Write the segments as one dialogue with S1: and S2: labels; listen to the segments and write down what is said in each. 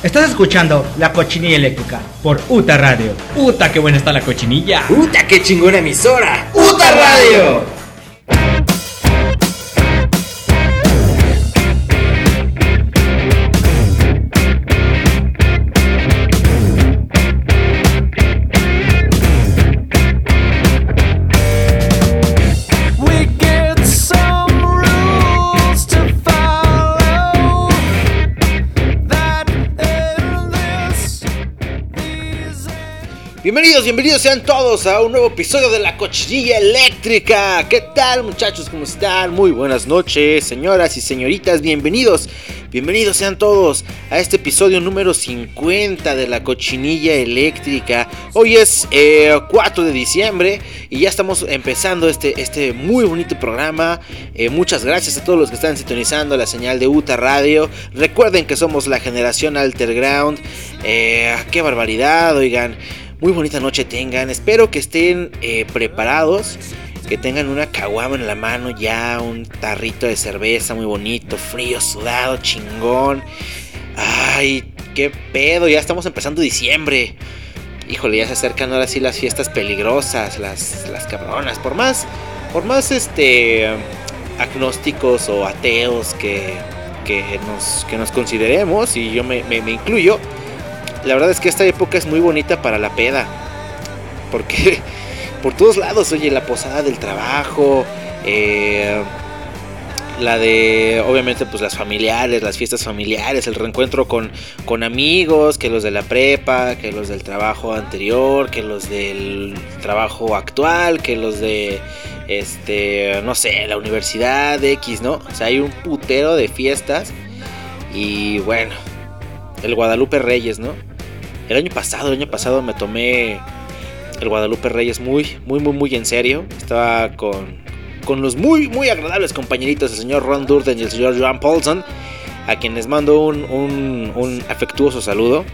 S1: Estás escuchando La Cochinilla Eléctrica por UTA Radio.
S2: ¡Uta, qué buena está la cochinilla!
S3: ¡Uta, qué chingona emisora! ¡UTA Radio!
S4: Bienvenidos sean todos a un nuevo episodio de La Cochinilla Eléctrica. ¿Qué tal, muchachos? ¿Cómo están? Muy buenas noches, señoras y señoritas. Bienvenidos sean todos a este episodio número 50 de La Cochinilla Eléctrica. Hoy es 4 de diciembre y ya estamos empezando este muy bonito programa. Muchas gracias a todos los que están sintonizando la señal de UTA Radio. Recuerden que somos la generación Alterground. ¡Qué barbaridad! Oigan, muy bonita noche tengan, espero que estén preparados, que tengan una caguama en la mano ya, un tarrito de cerveza muy bonito, frío, sudado, chingón. Ay, qué pedo, ya estamos empezando diciembre. Híjole, ya se acercan ahora sí las fiestas peligrosas, las cabronas, por más agnósticos o ateos que nos consideremos, y yo me incluyo. La verdad es que esta época es muy bonita para la peda, porque por todos lados, oye, la posada del trabajo, la de, obviamente, pues las familiares, las fiestas familiares, el reencuentro con amigos, que los de la prepa, que los del trabajo anterior, que los del trabajo actual, que los de, no sé, la universidad X, ¿no? O sea, hay un putero de fiestas. Y bueno, el Guadalupe Reyes, ¿no? El año pasado me tomé el Guadalupe Reyes muy en serio. Estaba con los muy agradables compañeritos, el señor Ron Durden y el señor Joan Paulson, a quienes mando un afectuoso saludo.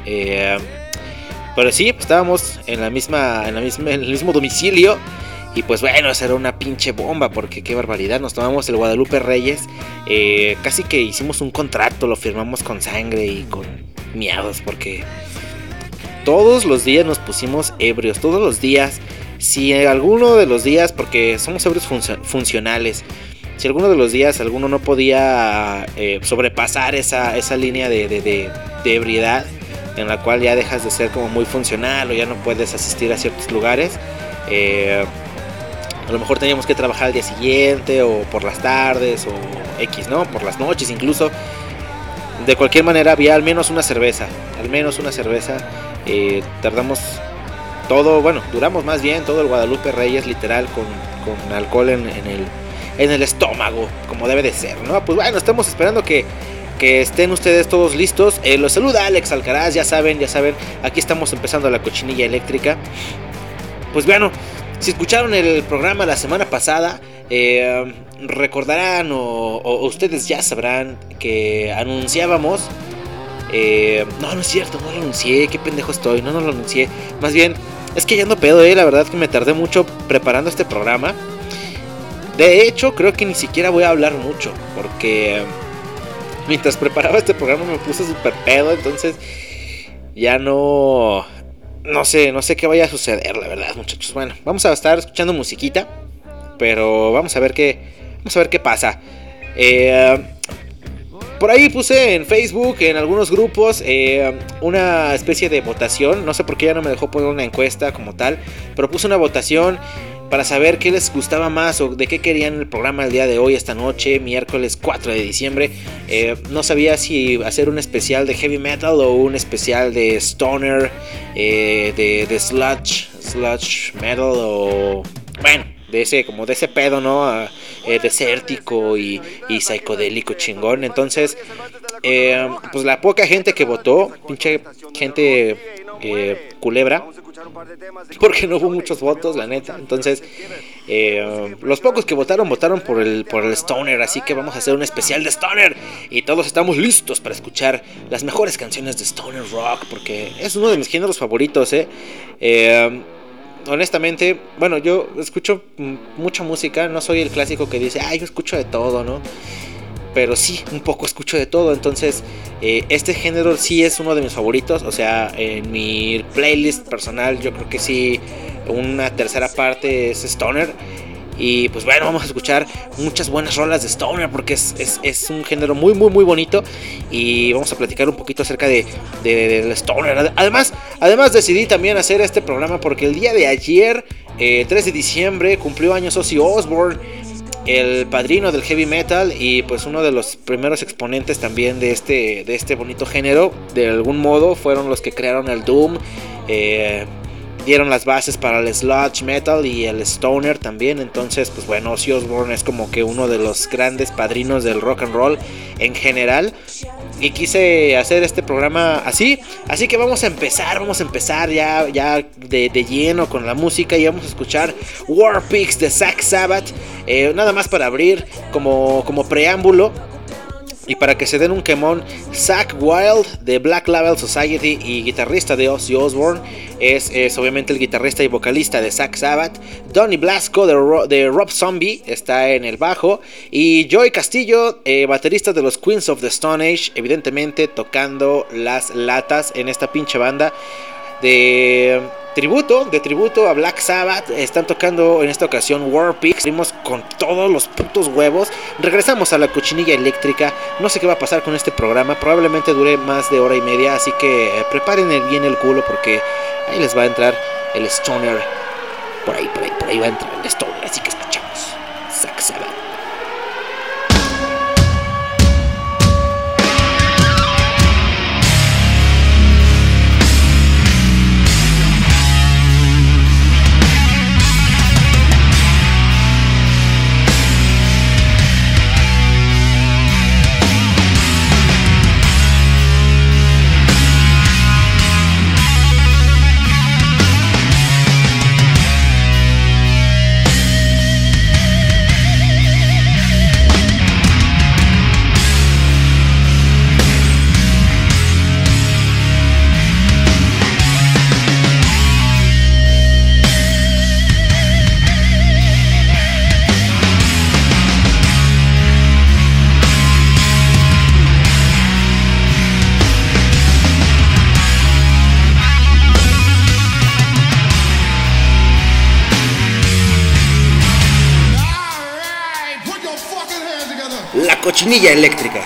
S4: Pero sí, estábamos en el mismo domicilio. Y pues bueno, esa era una pinche bomba, porque qué barbaridad, nos tomamos el Guadalupe Reyes. Casi que hicimos un contrato, lo firmamos con sangre y con miados, porque todos los días nos pusimos ebrios, todos los días. Si alguno de los días, porque somos ebrios funcionales, si alguno de los días alguno no podía sobrepasar esa línea de ebriedad, en la cual ya dejas de ser como muy funcional o ya no puedes asistir a ciertos lugares, a lo mejor teníamos que trabajar al día siguiente, o por las tardes, o X, ¿no? Por las noches incluso. De cualquier manera había al menos una cerveza. Duramos más bien todo el Guadalupe Reyes literal con alcohol en el estómago, como debe de ser, ¿no? Pues bueno, estamos esperando que estén ustedes todos listos. Los saluda Alex Alcaraz, ya saben, aquí estamos empezando La Cochinilla Eléctrica. Pues bueno, si escucharon el programa la semana pasada, recordarán o ustedes ya sabrán que anunciábamos. No es cierto, no lo anuncié, qué pendejo estoy, no lo anuncié. Más bien, es que ya ando pedo, la verdad que me tardé mucho preparando este programa. De hecho, creo que ni siquiera voy a hablar mucho, porque mientras preparaba este programa me puse súper pedo, entonces ya no sé qué vaya a suceder, la verdad, muchachos. Bueno, vamos a estar escuchando musiquita, pero vamos a ver qué pasa. Por ahí puse en Facebook, en algunos grupos, una especie de votación. No sé por qué ya no me dejó poner una encuesta como tal, pero puse una votación para saber qué les gustaba más o de qué querían el programa el día de hoy, esta noche, miércoles 4 de diciembre. No sabía si hacer un especial de heavy metal o un especial de stoner, de sludge metal, o bueno, de ese pedo, ¿no? Desértico y psicodélico chingón. Entonces, pues la poca gente que votó, pinche gente culebra, porque no hubo muchos votos, la neta. Entonces, los pocos que votaron por el stoner. Así que vamos a hacer un especial de stoner, y todos estamos listos para escuchar las mejores canciones de stoner rock, porque es uno de mis géneros favoritos. Honestamente, bueno, yo escucho mucha música. No soy el clásico que dice, yo escucho de todo, ¿no? pero sí, un poco escucho de todo. Entonces este género sí es uno de mis favoritos. O sea, en mi playlist personal yo creo que sí, una tercera parte es Stoner. Y pues bueno, vamos a escuchar muchas buenas rolas de Stoner, porque es un género muy muy muy bonito. Y vamos a platicar un poquito acerca del Stoner. Además decidí también hacer este programa porque el día de ayer, 3 de diciembre, cumplió años Ozzy Osbourne, el padrino del heavy metal y pues uno de los primeros exponentes también de este bonito género. De algún modo fueron los que crearon el Doom, dieron las bases para el sludge metal y el stoner también. Entonces pues bueno, Ozzy Osbourne es como que uno de los grandes padrinos del rock and roll en general. Y quise hacer este programa así que vamos a empezar ya de lleno con la música. Y vamos a escuchar War Pigs de Black Sabbath, nada más para abrir como preámbulo. Y para que se den un quemón, Zakk Wylde de Black Label Society y guitarrista de Ozzy Osbourne es obviamente el guitarrista y vocalista de Black Sabbath. Donny Blasco de Rob Zombie está en el bajo. Y Joey Castillo, baterista de los Queens of the Stone Age, evidentemente tocando las latas en esta pinche banda de tributo a Black Sabbath. Están tocando en esta ocasión War Pigs. Salimos con todos los putos huevos. Regresamos a la cochinilla eléctrica. No sé qué va a pasar con este programa. Probablemente dure más de hora y media. Así que preparen bien el culo, porque ahí les va a entrar el stoner. Por ahí va a entrar el stoner. Así que escuchamos Black Sabbath. La cochinilla eléctrica.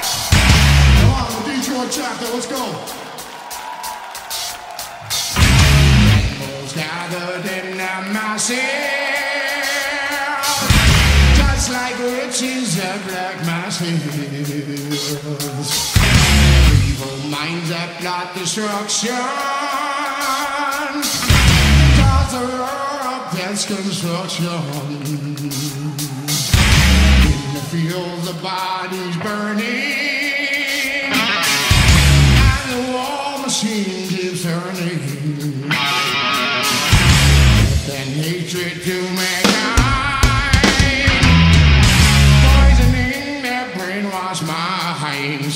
S5: Feels the bodies burning, and the war machine keeps turning. Then hatred to mankind, poisoning their brainwashed minds.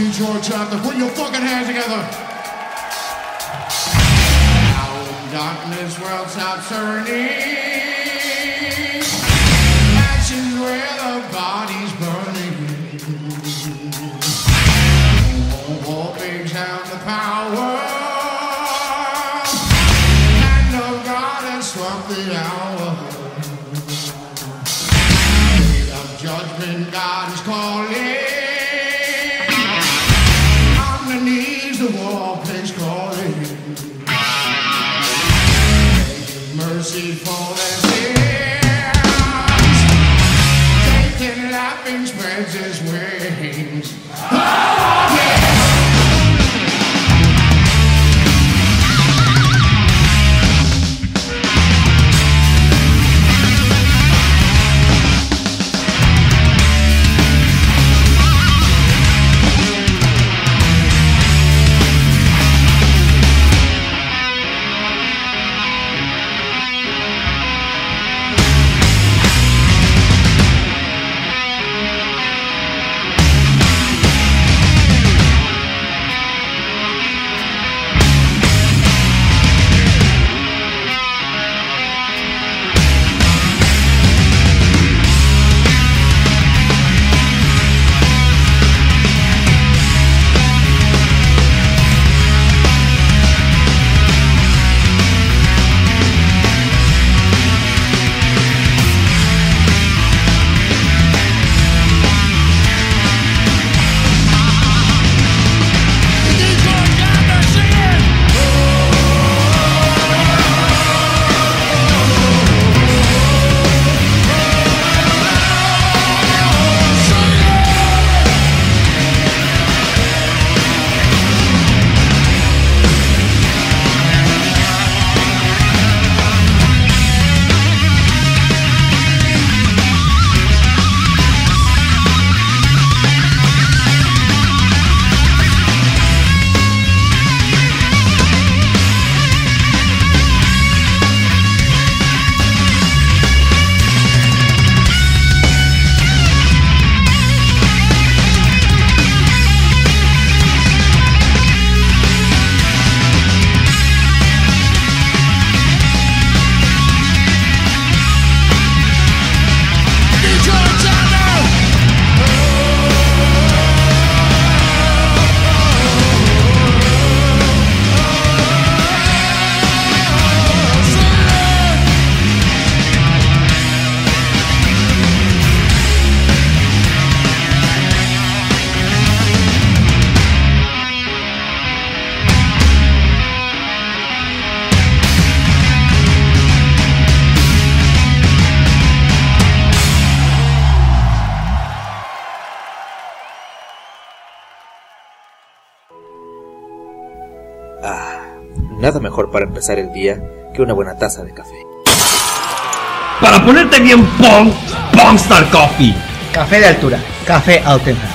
S5: Detroit chapter, put your fucking hands together. Now in darkness, world stops turning. Ashes where the body's burning. War brings down the power. Hand of God has struck the hour. Day of judgment, God is calling. The war plays calling. Begging mercy for their sins. Satan laughing spreads his wings. Oh, yeah.
S4: Nada mejor para empezar el día que una buena taza de café.
S2: Para ponerte bien punk, Punkstar Coffee.
S1: Café de altura, café auténtico.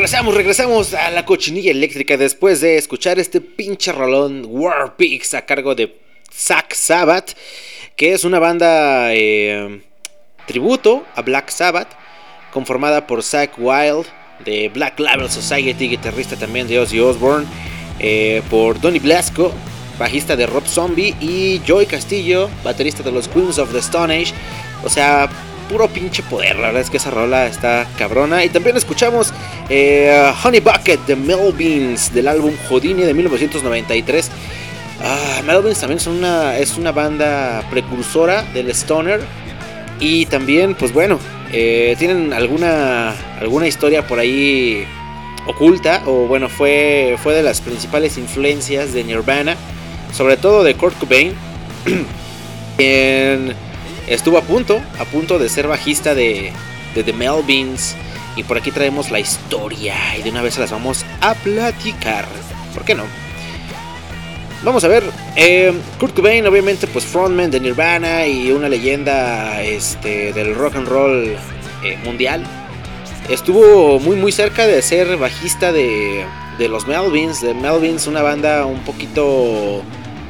S4: Regresamos a la cochinilla eléctrica después de escuchar este pinche rolón War Pigs a cargo de Black Sabbath, que es una banda tributo a Black Sabbath, conformada por Zakk Wylde de Black Label Society, guitarrista también de Ozzy Osbourne, por Donny Blasco, bajista de Rob Zombie, y Joey Castillo, baterista de los Queens of the Stone Age. O sea, puro pinche poder, la verdad es que esa rola está cabrona. Y también escuchamos Honey Bucket de Melvins del álbum Houdini de 1993. Melvins también es una banda precursora del stoner. Y también, pues bueno, tienen alguna historia por ahí oculta. O bueno, fue de las principales influencias de Nirvana, sobre todo de Kurt Cobain, quien estuvo a punto de ser bajista de The Melvins. Y por aquí traemos la historia y de una vez se las vamos a platicar. ¿Por qué no? Vamos a ver. Kurt Cobain, obviamente, pues frontman de Nirvana y una leyenda del rock and roll mundial. Estuvo muy cerca de ser bajista de los Melvins. De Melvins, una banda un poquito...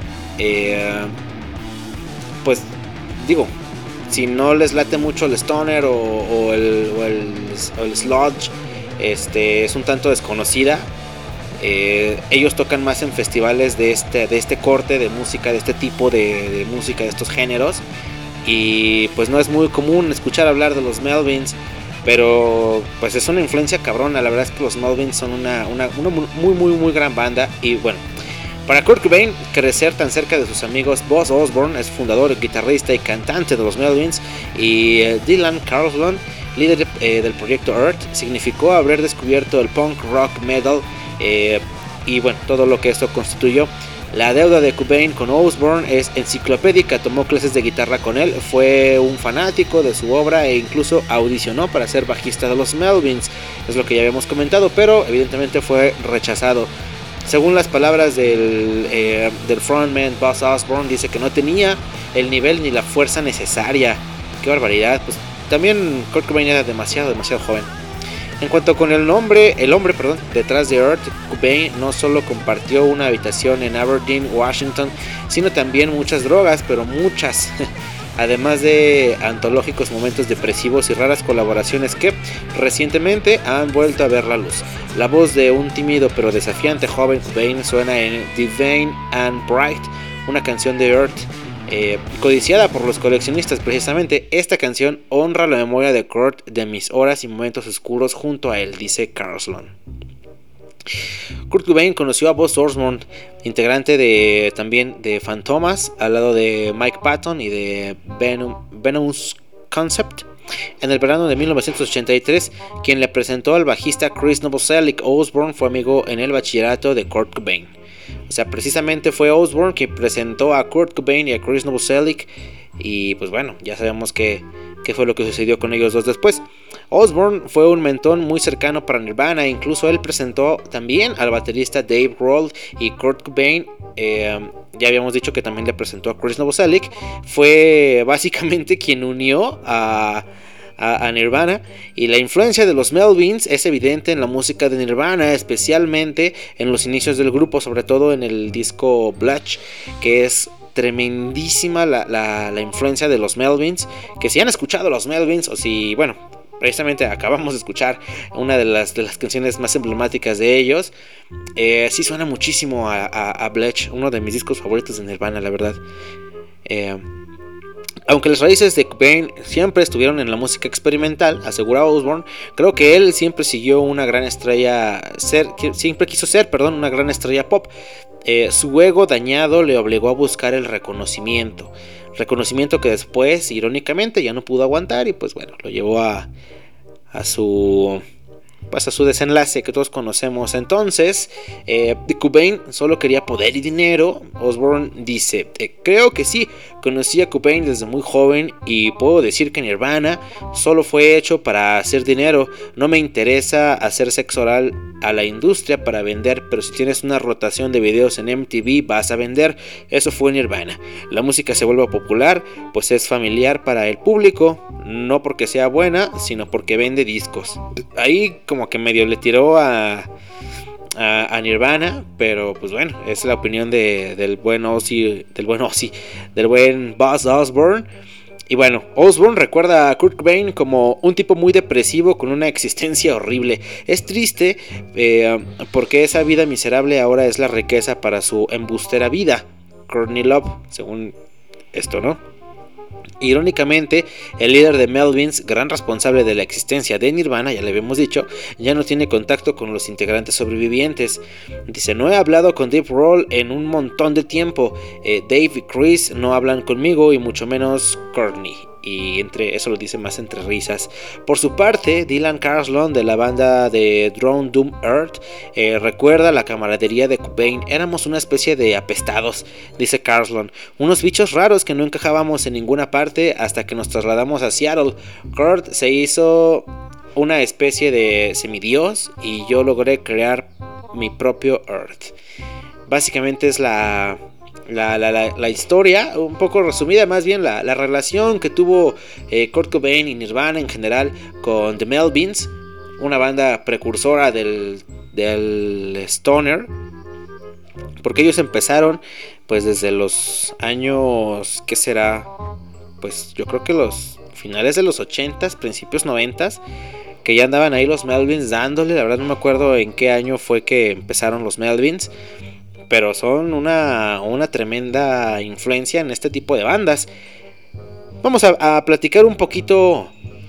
S4: pues digo, si no les late mucho el stoner o el sludge, es un tanto desconocida. Ellos tocan más en festivales de este corte de música, de este tipo de música, de estos géneros. Y pues no es muy común escuchar hablar de los Melvins, pero pues es una influencia cabrona. La verdad es que los Melvins son una muy gran banda. Y bueno, para Kurt Cobain, crecer tan cerca de sus amigos Buzz Osborne, es fundador, guitarrista y cantante de los Melvins, y Dylan Carlson, líder del proyecto Earth, significó haber descubierto el punk rock metal y bueno, todo lo que esto constituyó. La deuda de Cobain con Osborne es enciclopédica. Tomó clases de guitarra con él, fue un fanático de su obra e incluso audicionó para ser bajista de los Melvins. Es lo que ya habíamos comentado, pero evidentemente fue rechazado. Según las palabras del frontman Buzz Osborne, dice que no tenía el nivel ni la fuerza necesaria. Qué barbaridad. Pues también Kurt Cobain era demasiado joven. En cuanto con el hombre detrás de Earth, Cobain no solo compartió una habitación en Aberdeen, Washington, sino también muchas drogas, pero muchas. Además de antológicos momentos depresivos y raras colaboraciones que recientemente han vuelto a ver la luz. La voz de un tímido pero desafiante joven Cobain suena en Divine and Bright, una canción de Earth codiciada por los coleccionistas. Precisamente esta canción honra la memoria de Kurt de mis horas y momentos oscuros junto a él, dice Carlson. Kurt Cobain conoció a Buzz Osborne, integrante también de Fantomas, al lado de Mike Patton y de Venomous Concept, en el verano de 1983, quien le presentó al bajista Chris Novoselic. Osborne fue amigo en el bachillerato de Kurt Cobain. O sea, precisamente fue Osborne quien presentó a Kurt Cobain y a Chris Novoselic. Y pues bueno, ya sabemos qué fue lo que sucedió con ellos dos después. Osborne fue un mentón muy cercano para Nirvana. Incluso él presentó también al baterista Dave Grohl, y Kurt Cobain, ya habíamos dicho que también le presentó a Chris Novoselic. Fue básicamente quien unió a Nirvana. Y la influencia de los Melvins es evidente en la música de Nirvana, especialmente en los inicios del grupo, sobre todo en el disco Blatch, que es tremendísima la influencia de los Melvins. Que si han escuchado los Melvins, o si, bueno, precisamente acabamos de escuchar una de las canciones más emblemáticas de ellos, sí suena muchísimo a Blatch, uno de mis discos favoritos de Nirvana, la verdad. Aunque las raíces de Cobain siempre estuvieron en la música experimental, asegura Osborne, creo que él siempre siguió una gran estrella, siempre quiso ser, una gran estrella pop. Su ego dañado le obligó a buscar el reconocimiento que después, irónicamente, ya no pudo aguantar, y pues bueno, lo llevó a su desenlace que todos conocemos. Entonces, Cobain solo quería poder y dinero. Osborne dice: creo que sí, conocí a Cobain desde muy joven y puedo decir que Nirvana solo fue hecho para hacer dinero. No me interesa hacer sexo oral a la industria para vender, pero si tienes una rotación de videos en MTV vas a vender. Eso fue Nirvana. La música se vuelve popular, pues es familiar para el público, no porque sea buena, sino porque vende discos. Ahí como que medio le tiró a Nirvana, pero pues bueno, es la opinión del buen Buzz Osborne. Y bueno, Osborne recuerda a Kurt Cobain como un tipo muy depresivo con una existencia horrible. Es triste porque esa vida miserable ahora es la riqueza para su embustera vida. Courtney Love, según esto, ¿no? Irónicamente, el líder de Melvins, gran responsable de la existencia de Nirvana, ya le habíamos dicho, ya no tiene contacto con los integrantes sobrevivientes. Dice, no he hablado con Dave Grohl en un montón de tiempo. Dave y Chris no hablan conmigo y mucho menos Courtney. Y eso lo dice más entre risas. Por su parte, Dylan Carlson de la banda de Drone Doom Earth recuerda la camaradería de Cobain. Éramos una especie de apestados, dice Carlson, unos bichos raros que no encajábamos en ninguna parte hasta que nos trasladamos a Seattle. Kurt se hizo una especie de semidios y yo logré crear mi propio Earth. Básicamente es la historia, un poco resumida, más bien la relación que tuvo Kurt Cobain y Nirvana en general con The Melvins, una banda precursora del stoner, porque ellos empezaron pues desde los años, ¿qué será? Pues yo creo que los finales de los 80s, principios 90s, que ya andaban ahí los Melvins dándole. La verdad no me acuerdo en qué año fue que empezaron los Melvins, pero son una tremenda influencia en este tipo de bandas. Vamos a platicar un poquito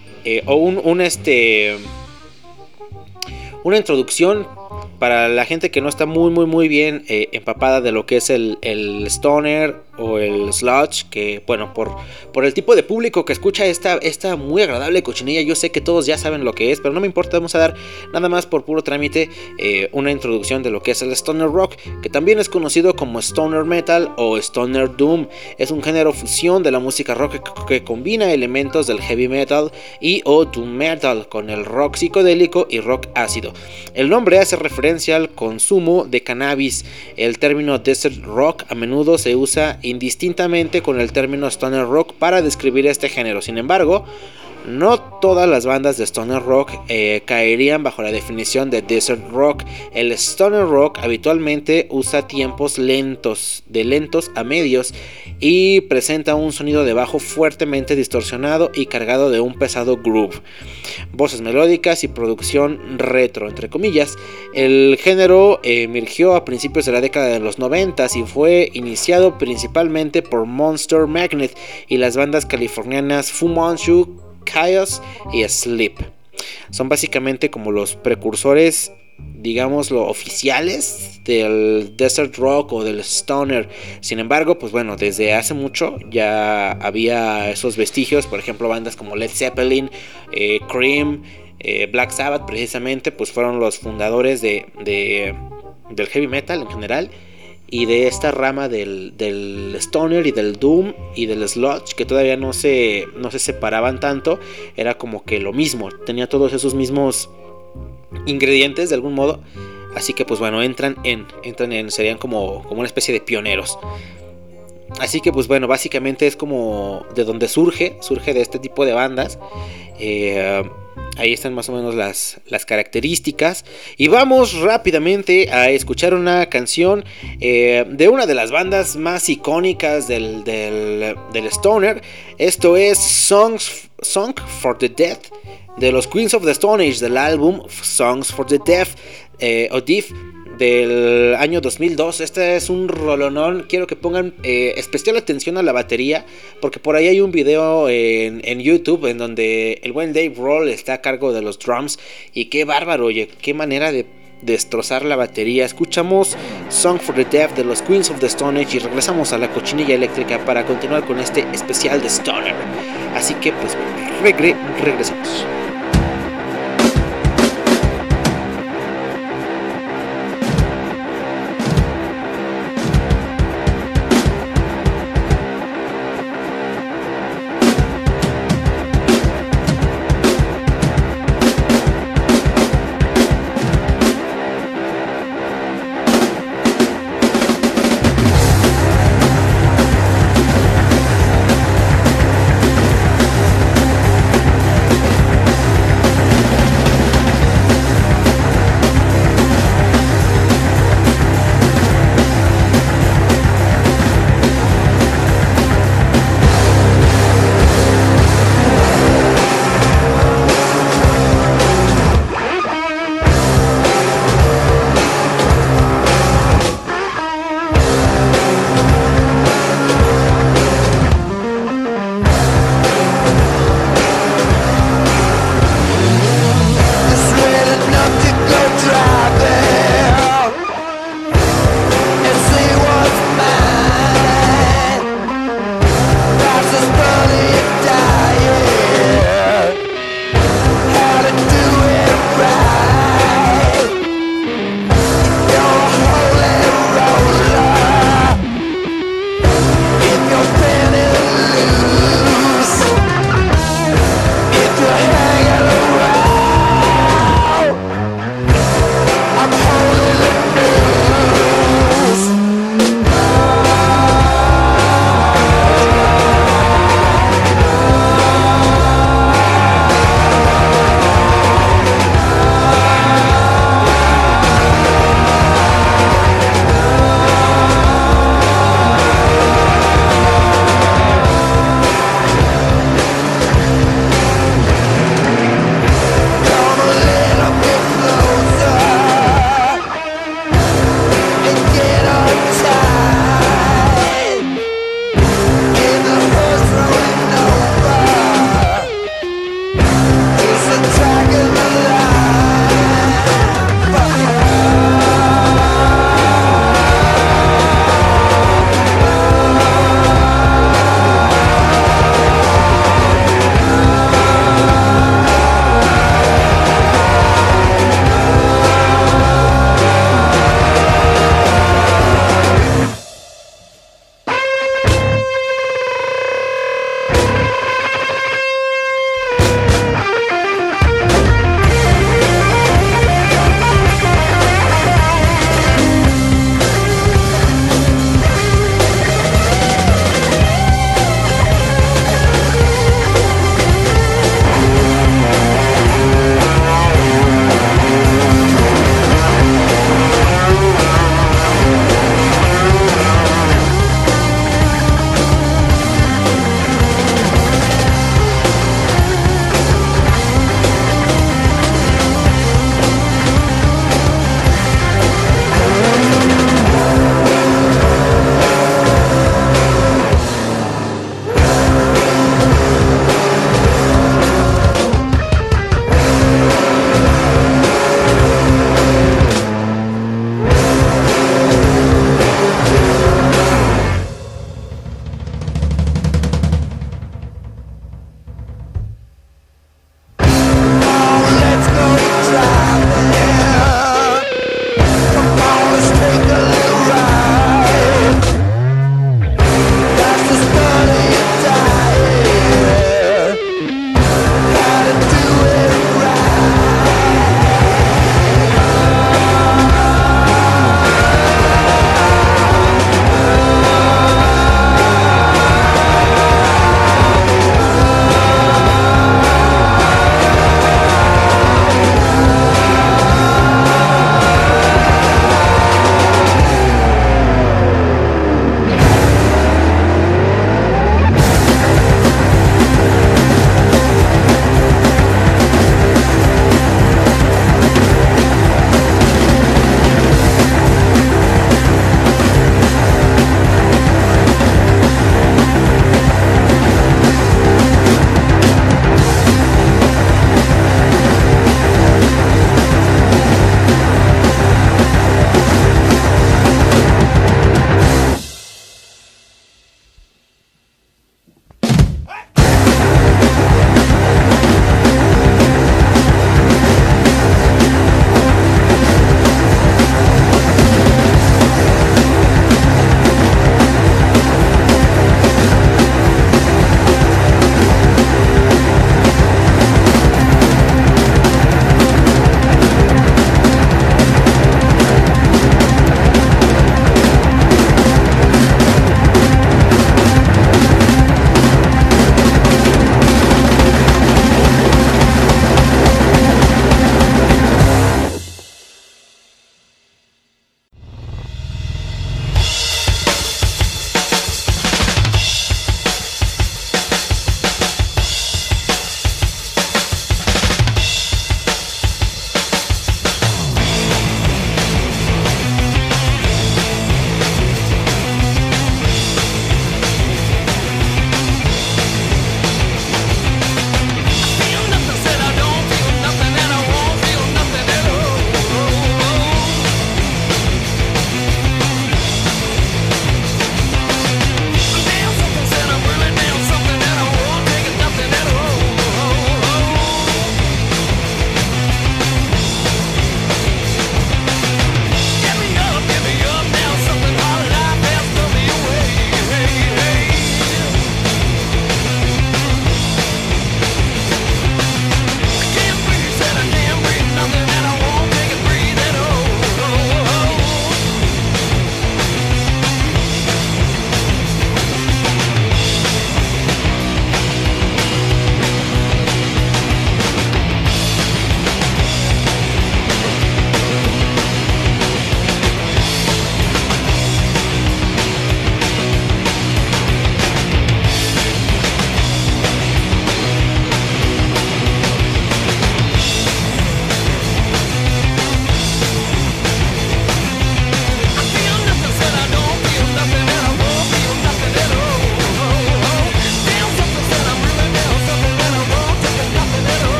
S4: una introducción para la gente que no está muy bien empapada de lo que es el stoner o el sludge, que bueno, por el tipo de público que escucha esta muy agradable cochinilla, yo sé que todos ya saben lo que es, pero no me importa, vamos a dar nada más por puro trámite una introducción de lo que es el stoner rock, que también es conocido como stoner metal o stoner doom. Es un género fusión de la música rock que combina elementos del heavy metal y o doom metal con el rock psicodélico y rock ácido. El nombre hace referencia al consumo de cannabis. El término desert rock a menudo se usa indistintamente con el término stoner rock para describir este género. Sin embargo, no todas las bandas de stoner rock caerían bajo la definición de desert rock. El stoner rock habitualmente usa tiempos lentos, de lentos a medios, y presenta un sonido de bajo fuertemente distorsionado y cargado de un pesado groove, voces melódicas y producción retro, entre comillas. El género emergió a principios de la década de los 90 y fue iniciado principalmente por Monster Magnet y las bandas californianas Fu Manchu, Chaos y Sleep. Son básicamente como los precursores, digámoslo, oficiales del desert rock o del stoner. Sin embargo, pues bueno, desde hace mucho ya había esos vestigios. Por ejemplo, bandas como Led Zeppelin, Cream, Black Sabbath, precisamente, pues fueron los fundadores del heavy metal en general, y de esta rama del stoner y del doom y del sludge, que todavía no se separaban tanto. Era como que lo mismo, tenía todos esos mismos ingredientes de algún modo. Así que pues bueno, entran en serían como una especie de pioneros. Así que pues bueno, básicamente es como de donde surge de este tipo de bandas. Ahí están más o menos las características. Y vamos rápidamente a escuchar una canción de una de las bandas más icónicas del stoner. Esto es Song for the Deaf, de los Queens of the Stone Age, del álbum Songs for the Deaf, o Deaf, del año 2002. Este es un rolonón. Quiero que pongan especial atención a la batería, porque por ahí hay un video en YouTube en donde el buen Dave Grohl está a cargo de los drums, y qué bárbaro, oye, qué manera de destrozar la batería. Escuchamos Song for the Deaf de los Queens of the Stone Age y regresamos a la cochinilla eléctrica para continuar con este especial de Stoner. Así que pues regresamos.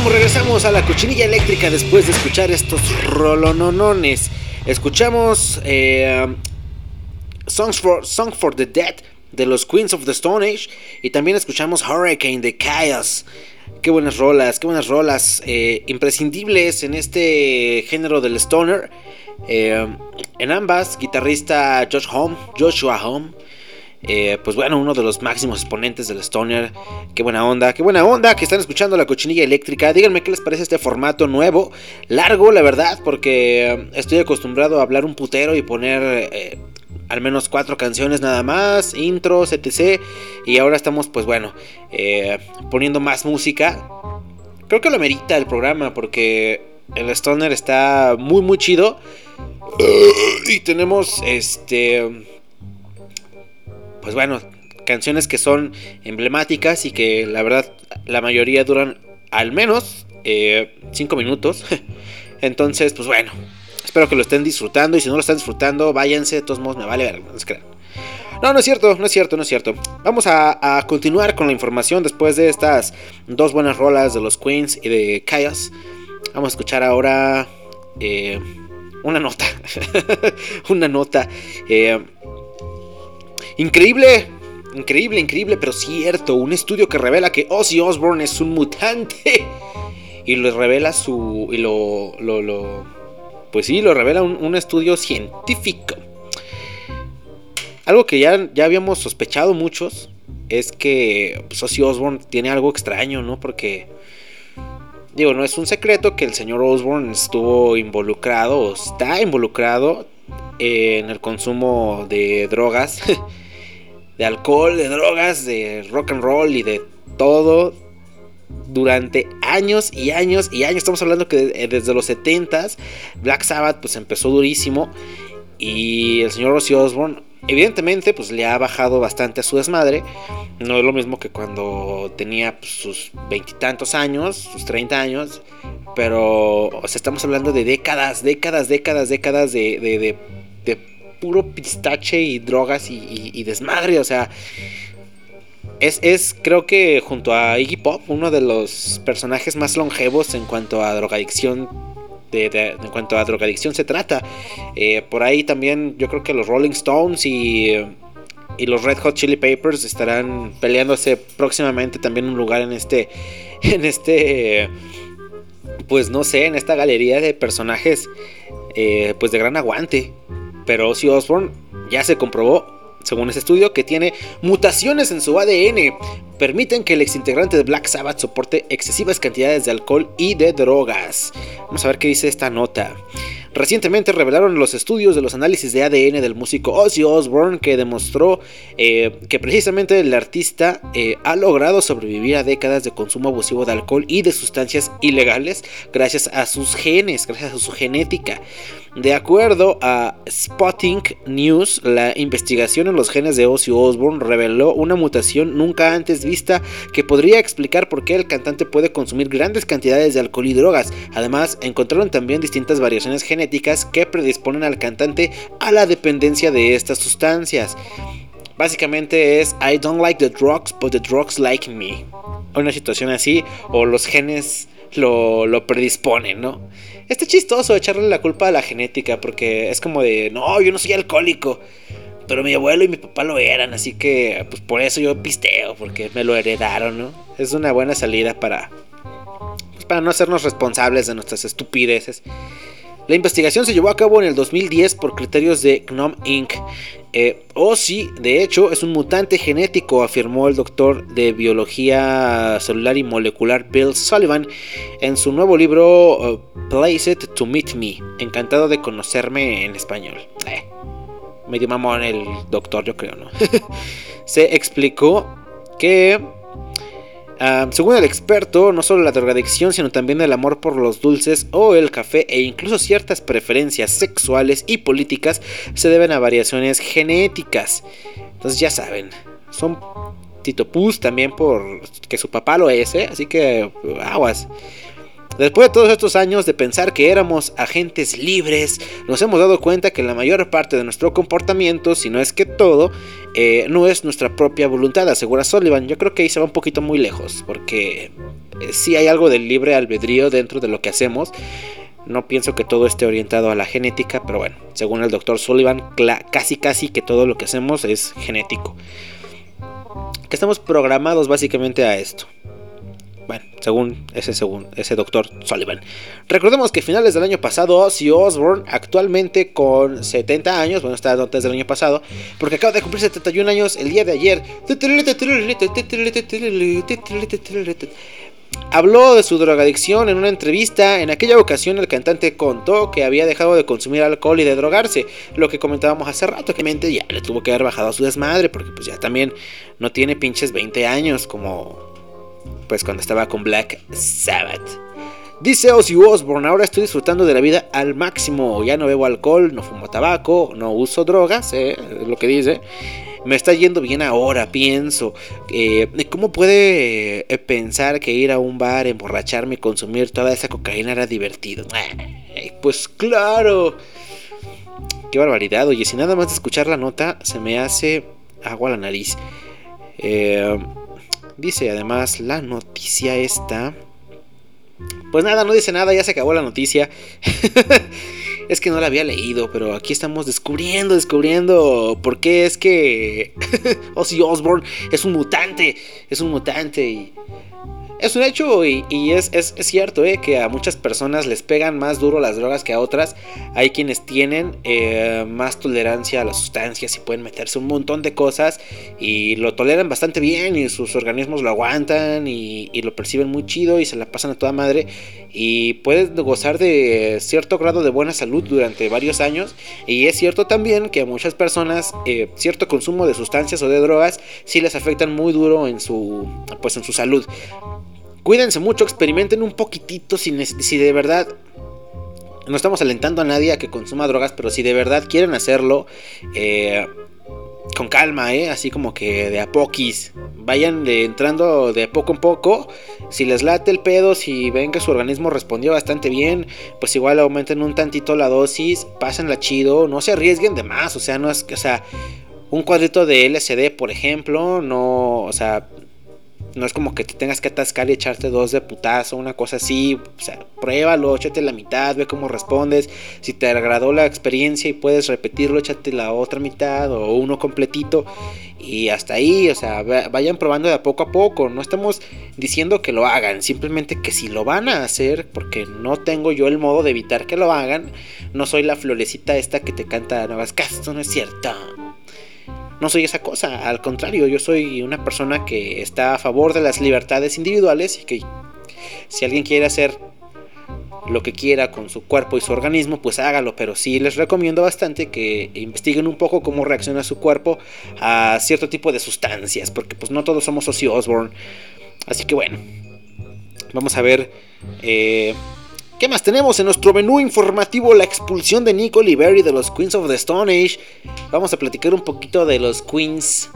S4: Regresamos a la cochinilla eléctrica después de escuchar estos rolononones. Escuchamos Song for the Dead de los Queens of the Stone Age. Y también escuchamos Hurricane de Chaos. Qué buenas rolas, imprescindibles en este género del stoner. En ambas, guitarrista Joshua Home. Pues bueno, uno de los máximos exponentes del stoner. Qué buena onda que están escuchando la cochinilla eléctrica. Díganme qué les parece este formato nuevo, largo la verdad, porque estoy acostumbrado a hablar un putero y poner al menos 4 canciones nada más, intros, etc. Y ahora estamos pues bueno, poniendo más música. Creo que lo merita el programa porque el stoner está muy muy chido. Y tenemos pues bueno, canciones que son emblemáticas y que la verdad la mayoría duran al menos 5 minutos. Entonces pues bueno, espero que lo estén disfrutando. Y si no lo están disfrutando, váyanse, de todos modos me vale ver, no se crean. No es cierto. Vamos a continuar con la información después de estas 2 buenas rolas de los Queens y de Chaos. Vamos a escuchar ahora una nota. Una nota increíble, pero cierto. Un estudio que revela que Ozzy Osbourne es un mutante. Y lo revela lo revela un estudio científico. Algo que ya habíamos sospechado muchos es que pues, Ozzy Osbourne tiene algo extraño, ¿no? Porque digo, no es un secreto que el señor Osbourne estuvo involucrado o está involucrado en el consumo de drogas, de alcohol, de drogas, de rock and roll y de todo durante años y años y años. Estamos hablando que desde los 70s Black Sabbath pues empezó durísimo y el señor Ozzy Osbourne evidentemente pues le ha bajado bastante a su desmadre. No es lo mismo que cuando tenía pues, sus 20 y tantos años, sus 30 años, pero o sea, estamos hablando de décadas de puro pistache y drogas y desmadre. O sea, es creo que junto a Iggy Pop uno de los personajes más longevos en cuanto a drogadicción. En cuanto a drogadicción se trata. Por ahí también yo creo que los Rolling Stones y los Red Hot Chili Peppers estarán peleándose próximamente también un lugar en este pues no sé, en esta galería de personajes pues de gran aguante. Pero Ozzy Osbourne ya se comprobó, según ese estudio, que tiene mutaciones en su ADN. Permiten que el exintegrante de Black Sabbath soporte excesivas cantidades de alcohol y de drogas. Vamos a ver qué dice esta nota. Recientemente revelaron los estudios de los análisis de ADN del músico Ozzy Osbourne que demostró que precisamente el artista ha logrado sobrevivir a décadas de consumo abusivo de alcohol y de sustancias ilegales gracias a sus genes, gracias a su genética. De acuerdo a Spotting News, la investigación en los genes de Ozzy Osbourne reveló una mutación nunca antes vista que podría explicar por qué el cantante puede consumir grandes cantidades de alcohol y drogas. Además, encontraron también distintas variaciones genéticas que predisponen al cantante a la dependencia de estas sustancias. Básicamente es I don't like the drugs, but the drugs like me. Una situación así, o los genes lo predisponen, ¿no? Está chistoso echarle la culpa a la genética, porque es como de, no, yo no soy alcohólico, pero mi abuelo y mi papá lo eran, así que pues por eso yo pisteo, porque me lo heredaron, ¿no? Es una buena salida para no hacernos responsables de nuestras estupideces. La investigación se llevó a cabo en el 2010 por criterios de Gnome Inc. Ozzy, de hecho, es un mutante genético, afirmó el doctor de biología celular y molecular Bill Sullivan en su nuevo libro Placed to Meet Me. Encantado de conocerme en español. Medio mamón el doctor, yo creo, ¿no? Se explicó que según el experto, no solo la drogadicción, sino también el amor por los dulces o el café e incluso ciertas preferencias sexuales y políticas se deben a variaciones genéticas. Entonces ya saben, son Tito Pus también por que su papá lo es, así que aguas. Después de todos estos años de pensar que éramos agentes libres, nos hemos dado cuenta que la mayor parte de nuestro comportamiento, si no es que todo, no es nuestra propia voluntad, asegura Sullivan. Yo creo que ahí se va un poquito muy lejos, porque sí hay algo del libre albedrío dentro de lo que hacemos. No pienso que todo esté orientado a la genética, pero bueno, según el Dr. Sullivan, casi que todo lo que hacemos es genético. Que estamos programados básicamente a esto. Bueno, según ese Dr. Sullivan. Recordemos que a finales del año pasado, Ozzy Osbourne, actualmente con 70 años, bueno, está desde el año pasado, porque acaba de cumplir 71 años el día de ayer, habló de su drogadicción en una entrevista. En aquella ocasión el cantante contó que había dejado de consumir alcohol y de drogarse, lo que comentábamos hace rato, que mente ya le tuvo que haber bajado a su desmadre, porque pues ya también no tiene pinches 20 años como pues cuando estaba con Black Sabbath. Dice Ozzy Osbourne: ahora estoy disfrutando de la vida al máximo, ya no bebo alcohol, no fumo tabaco, no uso drogas, es lo que dice. Me está yendo bien ahora, pienso. ¿Cómo puede pensar que ir a un bar, emborracharme y consumir toda esa cocaína era divertido? Pues claro. Qué barbaridad. Oye, si nada más de escuchar la nota se me hace agua a la nariz. Dice además la noticia esta. Pues nada, no dice nada, ya se acabó la noticia. Es que no la había leído, pero aquí estamos descubriendo por qué es que Ozzy Osbourne es un mutante y es un hecho y es cierto, que a muchas personas les pegan más duro las drogas que a otras. Hay quienes tienen más tolerancia a las sustancias y pueden meterse un montón de cosas y lo toleran bastante bien y sus organismos lo aguantan y lo perciben muy chido y se la pasan a toda madre y pueden gozar de cierto grado de buena salud durante varios años. Y es cierto también que a muchas personas cierto consumo de sustancias o de drogas sí les afectan muy duro en su salud. Cuídense mucho, experimenten un poquitito si de verdad. No estamos alentando a nadie a que consuma drogas, pero si de verdad quieren hacerlo, con calma, así como que de a poquis. Vayan entrando de poco en poco. Si les late el pedo, si ven que su organismo respondió bastante bien, pues igual aumenten un tantito la dosis, pásenla chido, no se arriesguen de más. O sea, no es, un cuadrito de LSD, por ejemplo, no es como que te tengas que atascar y echarte 2 de putazo, una cosa así. O sea, pruébalo, échate la mitad, ve cómo respondes. Si te agradó la experiencia y puedes repetirlo, échate la otra mitad o uno completito. Y hasta ahí, o sea, vayan probando de a poco. No estamos diciendo que lo hagan, simplemente que si lo van a hacer, porque no tengo yo el modo de evitar que lo hagan. No soy la florecita esta que te canta nuevas casas, esto no es cierto. No soy esa cosa, al contrario, yo soy una persona que está a favor de las libertades individuales y que si alguien quiere hacer lo que quiera con su cuerpo y su organismo, pues hágalo, pero sí les recomiendo bastante que investiguen un poco cómo reacciona su cuerpo a cierto tipo de sustancias, porque pues no todos somos Ozzy Osbourne. Así que bueno, vamos a ver ¿qué más tenemos en nuestro menú informativo? La expulsión de Nick Oliveri de los Queens of the Stone Age. Vamos a platicar un poquito de los Queens.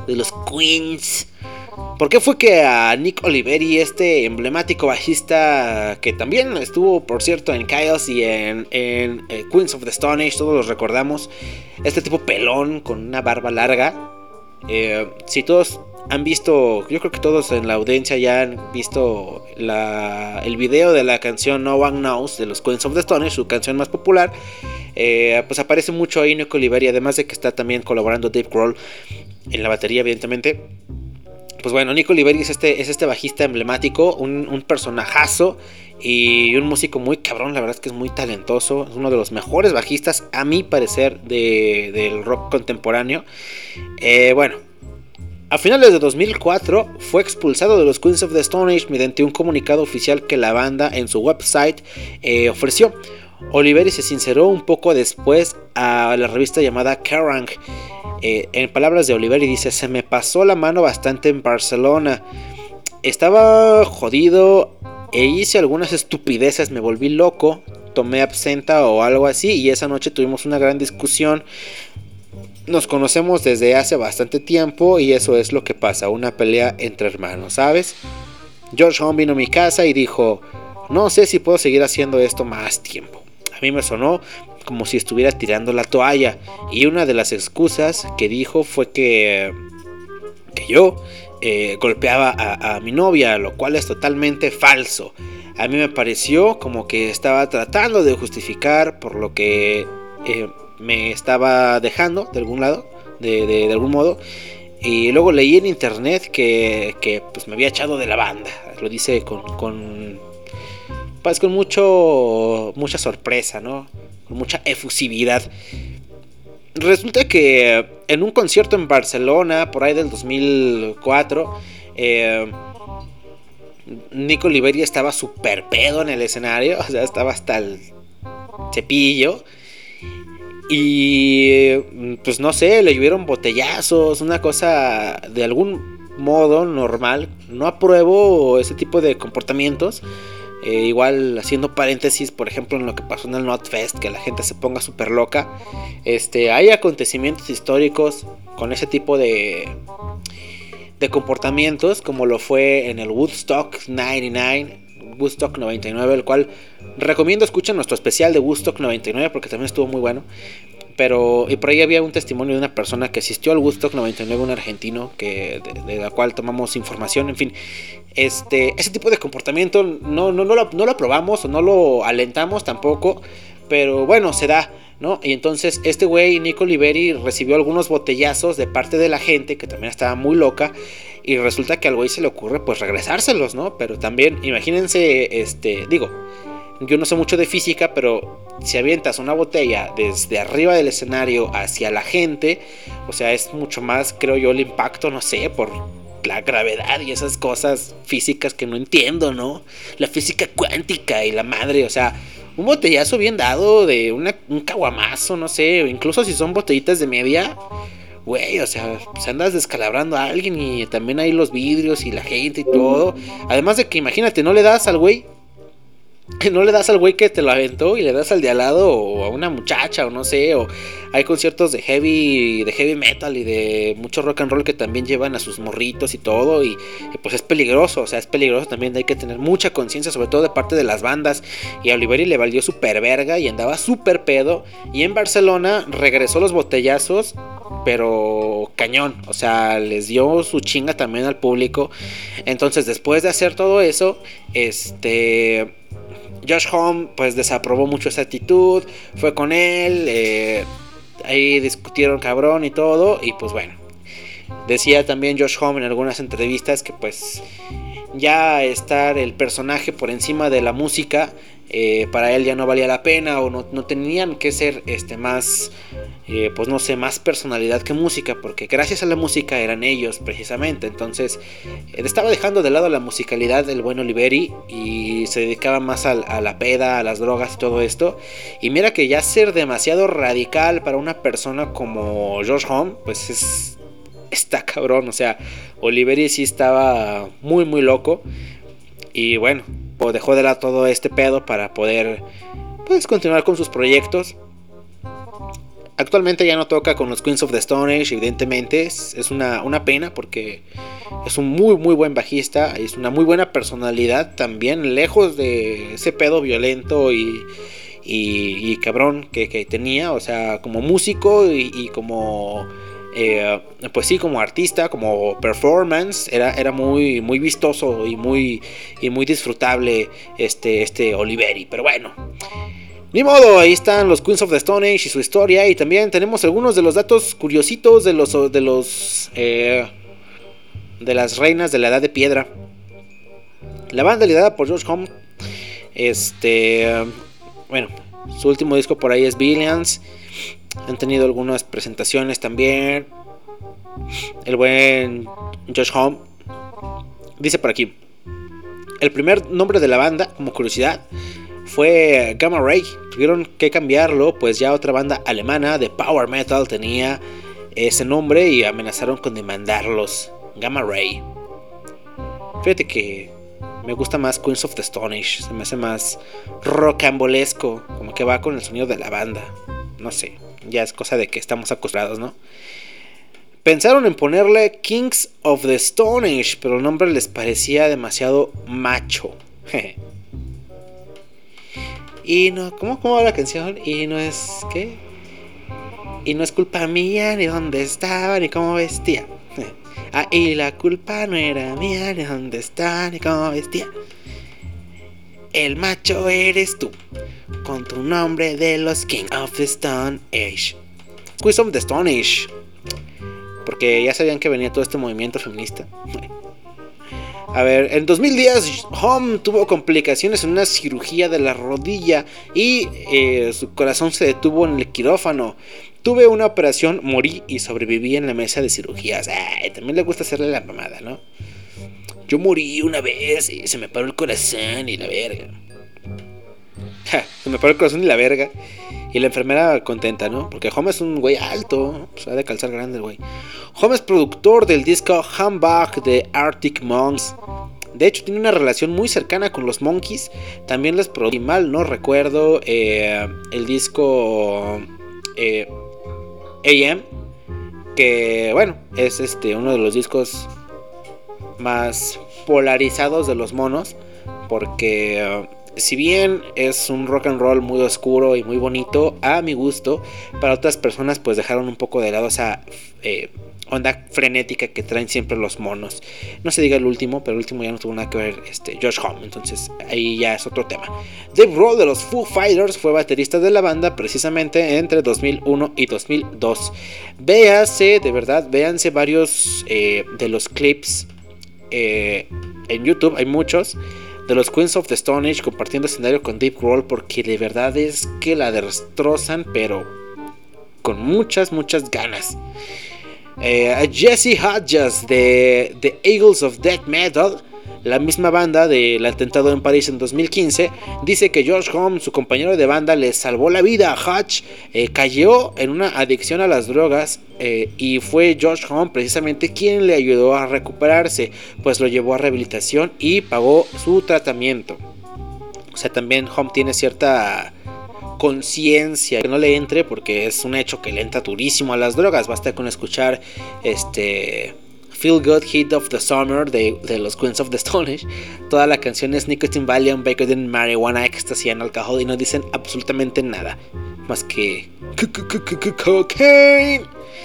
S4: ¿Por qué fue que a Nick Oliveri, este emblemático bajista que también estuvo, por cierto, en Kyles y en Queens of the Stone Age, todos los recordamos, este tipo pelón con una barba larga? Si todos han visto, yo creo que todos en la audiencia ya han visto el video de la canción No One Knows de los Queens of the Stone Age, su canción más popular. Pues aparece mucho ahí Nick Oliveri, además de que está también colaborando Dave Grohl en la batería, evidentemente. Pues bueno, Nick Oliveri es este bajista emblemático, un personajazo y un músico muy cabrón. La verdad es que es muy talentoso, es uno de los mejores bajistas, a mi parecer, del rock contemporáneo. Bueno, a finales de 2004 fue expulsado de los Queens of the Stone Age mediante un comunicado oficial que la banda en su website ofreció. Oliveri se sinceró un poco después a la revista llamada Kerrang. En palabras de Oliveri dice: se me pasó la mano bastante en Barcelona, estaba jodido e hice algunas estupideces, me volví loco, tomé absenta o algo así y esa noche tuvimos una gran discusión. Nos conocemos desde hace bastante tiempo y eso es lo que pasa, una pelea entre hermanos, ¿sabes? George Home vino a mi casa y dijo: no sé si puedo seguir haciendo esto más tiempo. A mí me sonó como si estuviera tirando la toalla, y una de las excusas que dijo fue que yo golpeaba a mi novia, lo cual es totalmente falso. A mí me pareció como que estaba tratando de justificar por lo que me estaba dejando de algún lado, de algún modo. Y luego leí en internet que pues me había echado de la banda. Lo dice con mucha sorpresa, ¿no? Con mucha efusividad. Resulta que en un concierto en Barcelona, por ahí del 2004, Nico Oliveri estaba súper pedo en el escenario. O sea, estaba hasta el cepillo. Y pues no sé, le llovieron botellazos, una cosa de algún modo normal. No apruebo ese tipo de comportamientos. Igual haciendo paréntesis, por ejemplo, en lo que pasó en el Notfest, que la gente se ponga súper loca. Hay acontecimientos históricos con ese tipo de comportamientos, como lo fue en el Woodstock 99, el cual recomiendo escuchen nuestro especial de Woodstock 99 porque también estuvo muy bueno. Y por ahí había un testimonio de una persona que asistió al Woodstock 99, un argentino, de la cual tomamos información. En fin, ese tipo de comportamiento no lo aprobamos o no lo alentamos tampoco, pero bueno, se da, ¿no? Y entonces este güey, Nico Oliveri, recibió algunos botellazos de parte de la gente, que también estaba muy loca, y resulta que al güey se le ocurre pues regresárselos, ¿no? Pero también, imagínense, yo no sé mucho de física, pero si avientas una botella desde arriba del escenario hacia la gente, o sea, es mucho más, creo yo, el impacto, no sé, por la gravedad y esas cosas físicas que no entiendo, ¿no? La física cuántica y la madre, o sea, un botellazo bien dado de un caguamazo, no sé, incluso si son botellitas de media, güey, o sea, pues andas descalabrando a alguien y también hay los vidrios y la gente y todo. Además de que imagínate, no le das al güey que te lo aventó y le das al de al lado o a una muchacha o no sé, o hay conciertos de heavy metal y de mucho rock and roll que también llevan a sus morritos y todo y pues es peligroso, o sea, es peligroso también, hay que tener mucha conciencia, sobre todo de parte de las bandas, y a Oliveri le valió súper verga y andaba súper pedo, y en Barcelona regresó los botellazos, pero cañón, o sea, les dio su chinga también al público. Entonces después de hacer todo eso, Josh Homme pues desaprobó mucho esa actitud, fue con él, ahí discutieron cabrón y todo, y pues bueno, decía también Josh Homme en algunas entrevistas que pues ya estar el personaje por encima de la música, para él ya no valía la pena, o no tenían que ser más, pues no sé, más personalidad que música, porque gracias a la música eran ellos precisamente. Entonces estaba dejando de lado la musicalidad del buen Oliveri y se dedicaba más a la peda, a las drogas y todo esto. Y mira que ya ser demasiado radical para una persona como Josh Homme, pues está cabrón. O sea, Oliveri sí estaba muy muy loco. Y bueno, pues dejó de lado todo este pedo para poder pues continuar con sus proyectos. Actualmente ya no toca con los Queens of the Stone Age, evidentemente. Es una pena porque es un muy muy buen bajista. Es una muy buena personalidad también, lejos de ese pedo violento y cabrón que tenía. O sea, como músico y como pues sí, como artista, como performance, era muy muy vistoso y muy disfrutable este Oliveri. Pero bueno, ni modo, ahí están los Queens of the Stone Age y su historia. Y también tenemos algunos de los datos curiositos de las reinas de la Edad de Piedra. La banda liderada por Josh Homme, bueno, su último disco por ahí es Billions. Han tenido algunas presentaciones también. El buen Josh Homme dice por aquí: el primer nombre de la banda, como curiosidad, fue Gamma Ray. Tuvieron que cambiarlo, pues ya otra banda alemana de power metal tenía ese nombre y amenazaron con demandarlos. Gamma Ray. Fíjate que me gusta más Queens of the Stone Age. Se me hace más rocambolesco, como que va con el sonido de la banda. No sé, ya es cosa de que estamos acostumbrados, ¿no? Pensaron en ponerle Kings of the Stone Age, pero el nombre les parecía demasiado macho. Y no, ¿cómo va la canción? Y no es, ¿qué? Y no es culpa mía, ni dónde estaba, ni cómo vestía. Ah, y la culpa no era mía, ni dónde estaba, ni cómo vestía. El macho eres tú, con tu nombre de los King of the Stone Age. Queens of the Stone Age. Porque ya sabían que venía todo este movimiento feminista. A ver, en 2010 Home tuvo complicaciones en una cirugía de la rodilla y su corazón se detuvo en el quirófano. Tuve una operación, morí y sobreviví en la mesa de cirugías. También le gusta hacerle la mamada, ¿no? Yo morí una vez y se me paró el corazón y la verga. Se me paró el corazón y la verga. Y la enfermera contenta, ¿no? Porque Home es un güey alto, pues ha de calzar grande el güey. Home es productor del disco Humbug de Arctic Monkeys. De hecho, tiene una relación muy cercana con los Monkeys. También les produjo, mal no recuerdo, el disco AM. Que, bueno, es uno de los discos más polarizados de los monos. Porque... si bien es un rock and roll muy oscuro y muy bonito, a mi gusto, para otras personas pues dejaron un poco de lado esa onda frenética que traen siempre los monos. No se diga el último, pero el último ya no tuvo nada que ver Josh Homme, entonces ahí ya es otro tema. Dave Grohl de los Foo Fighters fue baterista de la banda precisamente entre 2001 y 2002. Véanse varios de los clips en YouTube, hay muchos de los Queens of the Stone Age compartiendo escenario con Dave Grohl, porque de verdad es que la destrozan, pero con muchas ganas. Jesse Hodges de The Eagles of Death Metal, la misma banda del atentado en París en 2015, dice que Josh Homme, su compañero de banda, le salvó la vida a Hodge. Cayó en una adicción a las drogas y fue Josh Homme precisamente quien le ayudó a recuperarse, pues lo llevó a rehabilitación y pagó su tratamiento. O sea, también Homme tiene cierta conciencia que no le entre, porque es un hecho que le entra durísimo a las drogas. Basta con escuchar Feel Good Hit of the Summer de los Queens of the Stone Age. Toda la canción es Nicotine, Valium, Vicodin, Marijuana, Ecstasy and Alcohol, y no dicen absolutamente nada más que cocaine.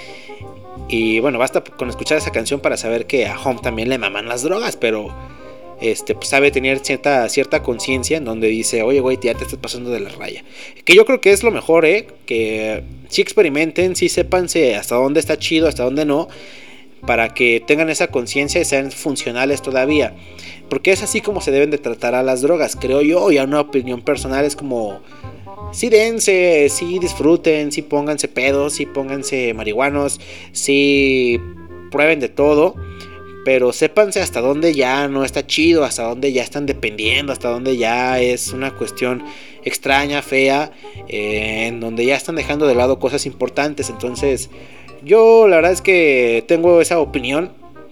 S4: Y bueno, basta con escuchar esa canción para saber que a Home también le maman las drogas, pero pues sabe tener cierta conciencia en donde dice, oye güey, ya te estás pasando de la raya. Que yo creo que es lo mejor, que sí experimenten, sí sépanse hasta dónde está chido, hasta dónde no, para que tengan esa conciencia y sean funcionales todavía. Porque es así como se deben de tratar a las drogas, creo yo. Ya una opinión personal es como, sí dense, sí disfruten, sí pónganse pedos, sí pónganse marihuanos, sí prueben de todo, pero sépanse hasta dónde ya no está chido, hasta dónde ya están dependiendo, hasta dónde ya es una cuestión extraña, fea, en donde ya están dejando de lado cosas importantes. Entonces yo la verdad es que tengo esa opinión.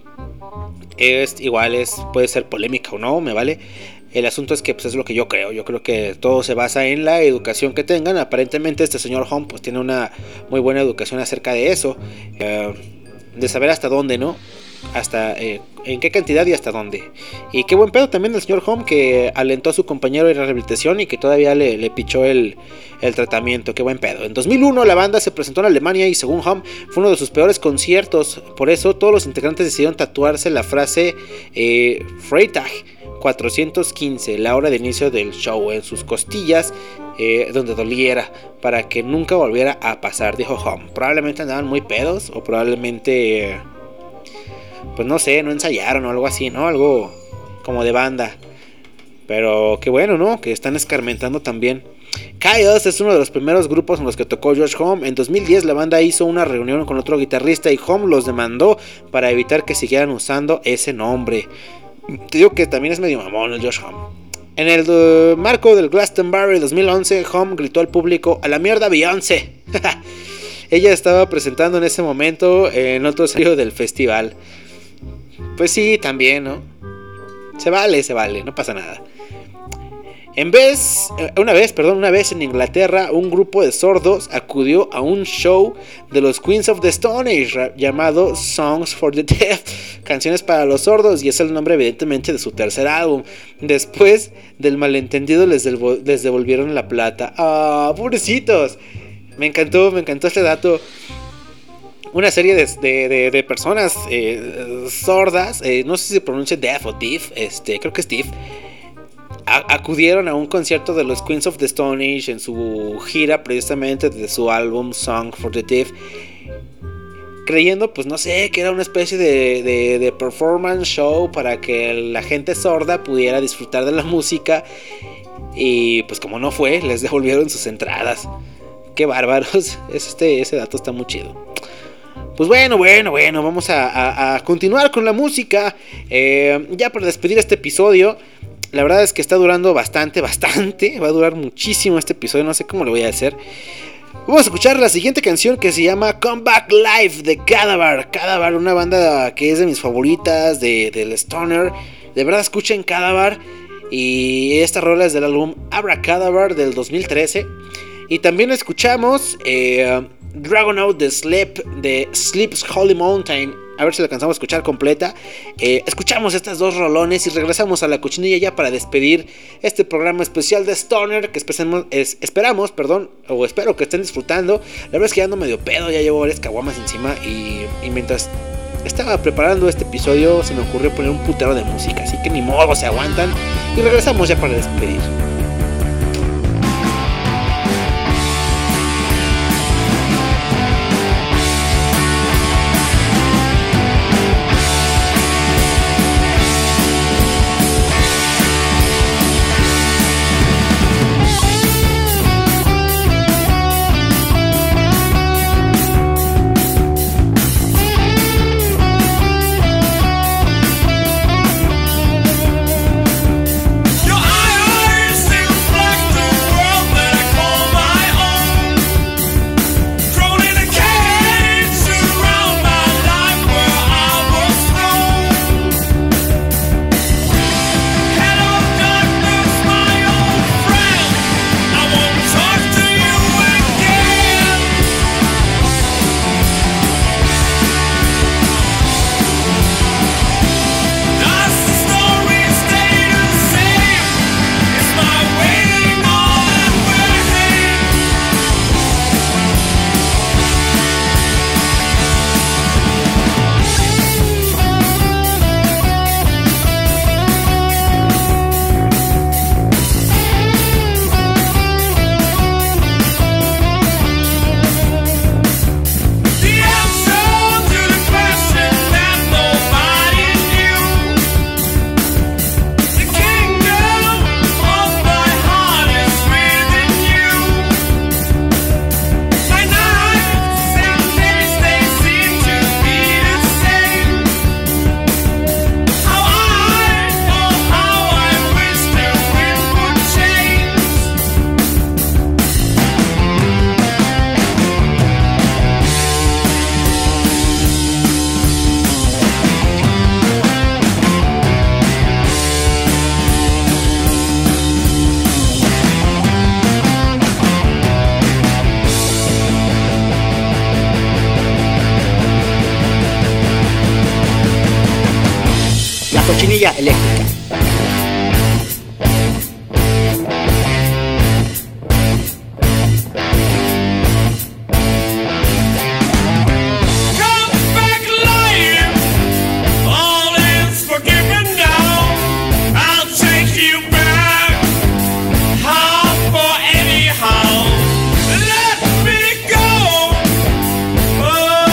S4: Puede ser polémica o no, me vale. El asunto es que pues, es lo que yo creo. Yo creo que todo se basa en la educación que tengan. Aparentemente este señor Home pues tiene una muy buena educación acerca de eso, de saber hasta dónde, ¿no? Hasta en qué cantidad y hasta dónde. Y qué buen pedo también del señor Home, que alentó a su compañero en la rehabilitación y que todavía le pichó el tratamiento. Qué buen pedo. En 2001 la banda se presentó en Alemania y según Home fue uno de sus peores conciertos. Por eso todos los integrantes decidieron tatuarse la frase Freitag 415, la hora de inicio del show, en sus costillas, donde doliera, para que nunca volviera a pasar, dijo Home. Probablemente andaban muy pedos o probablemente pues no sé, no ensayaron o algo así, ¿no? Algo como de banda. Pero qué bueno, ¿no? Que están escarmentando también. Chaos es uno de los primeros grupos en los que tocó Josh Homme. En 2010 la banda hizo una reunión con otro guitarrista y Homme los demandó para evitar que siguieran usando ese nombre. Te digo que también es medio mamón el Josh Homme. En el marco del Glastonbury 2011, Homme gritó al público: ¡a la mierda Beyoncé! Ella estaba presentando en ese momento en otro escenario del festival. Pues sí, también, ¿no? Se vale, no pasa nada. Una vez en Inglaterra, un grupo de sordos acudió a un show de los Queens of the Stone Age llamado Songs for the Deaf, canciones para los sordos, y es el nombre evidentemente de su tercer álbum. Después del malentendido les devolvieron la plata. ¡Ah, pobrecitos! Me encantó este dato. Una serie de personas sordas, no sé si se pronuncia deaf o deaf, creo que es deaf, acudieron a un concierto de los Queens of the Stone Age en su gira precisamente de su álbum Song for the Deaf, creyendo, pues no sé, que era una especie de performance show para que la gente sorda pudiera disfrutar de la música, y pues como no fue, les devolvieron sus entradas. Qué bárbaros. Ese dato está muy chido. Pues bueno, vamos a continuar con la música. Ya para despedir este episodio, la verdad es que está durando bastante. Va a durar muchísimo este episodio, no sé cómo lo voy a hacer. Vamos a escuchar la siguiente canción, que se llama Come Back Live de Cadaver. Cadaver, una banda que es de mis favoritas del Stoner. De verdad, escuchen Cadaver. Y esta rola es del álbum Abracadaver del 2013. Y también escuchamos Dragonaut de Sleep's Holy Mountain. A ver si la alcanzamos a escuchar completa. Escuchamos estas dos rolones y regresamos a la cochinilla ya para despedir este programa especial de Stoner, que espero que estén disfrutando. La verdad es que ya ando medio pedo, ya llevo varias caguamas encima, y mientras estaba preparando este episodio se me ocurrió poner un putero de música, así que ni modo, se aguantan y regresamos ya para despedir.
S1: Cochinilla eléctrica.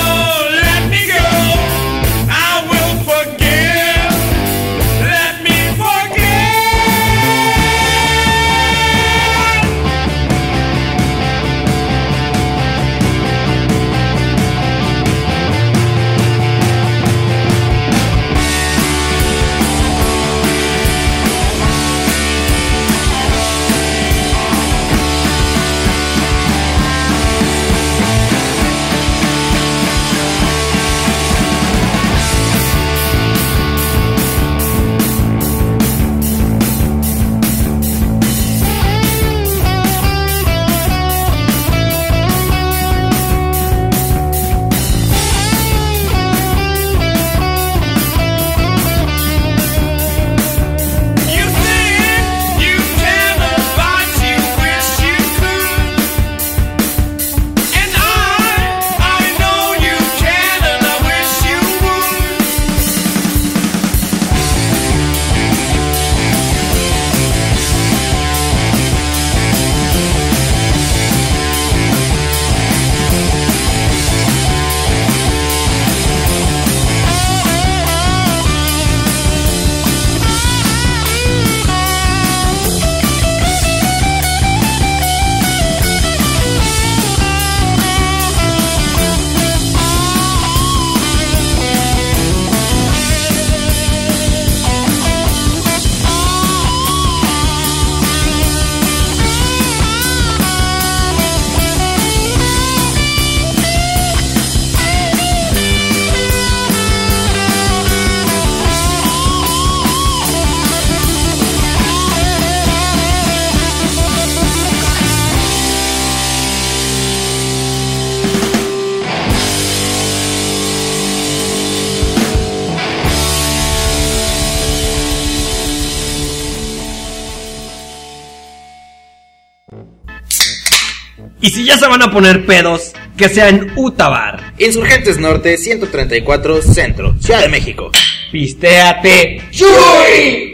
S5: Let me
S2: Y si ya se van a poner pedos, que sea en Utabar.
S3: Insurgentes Norte 134 Centro, Ciudad de México.
S1: Pistéate.
S3: ¡Chuy!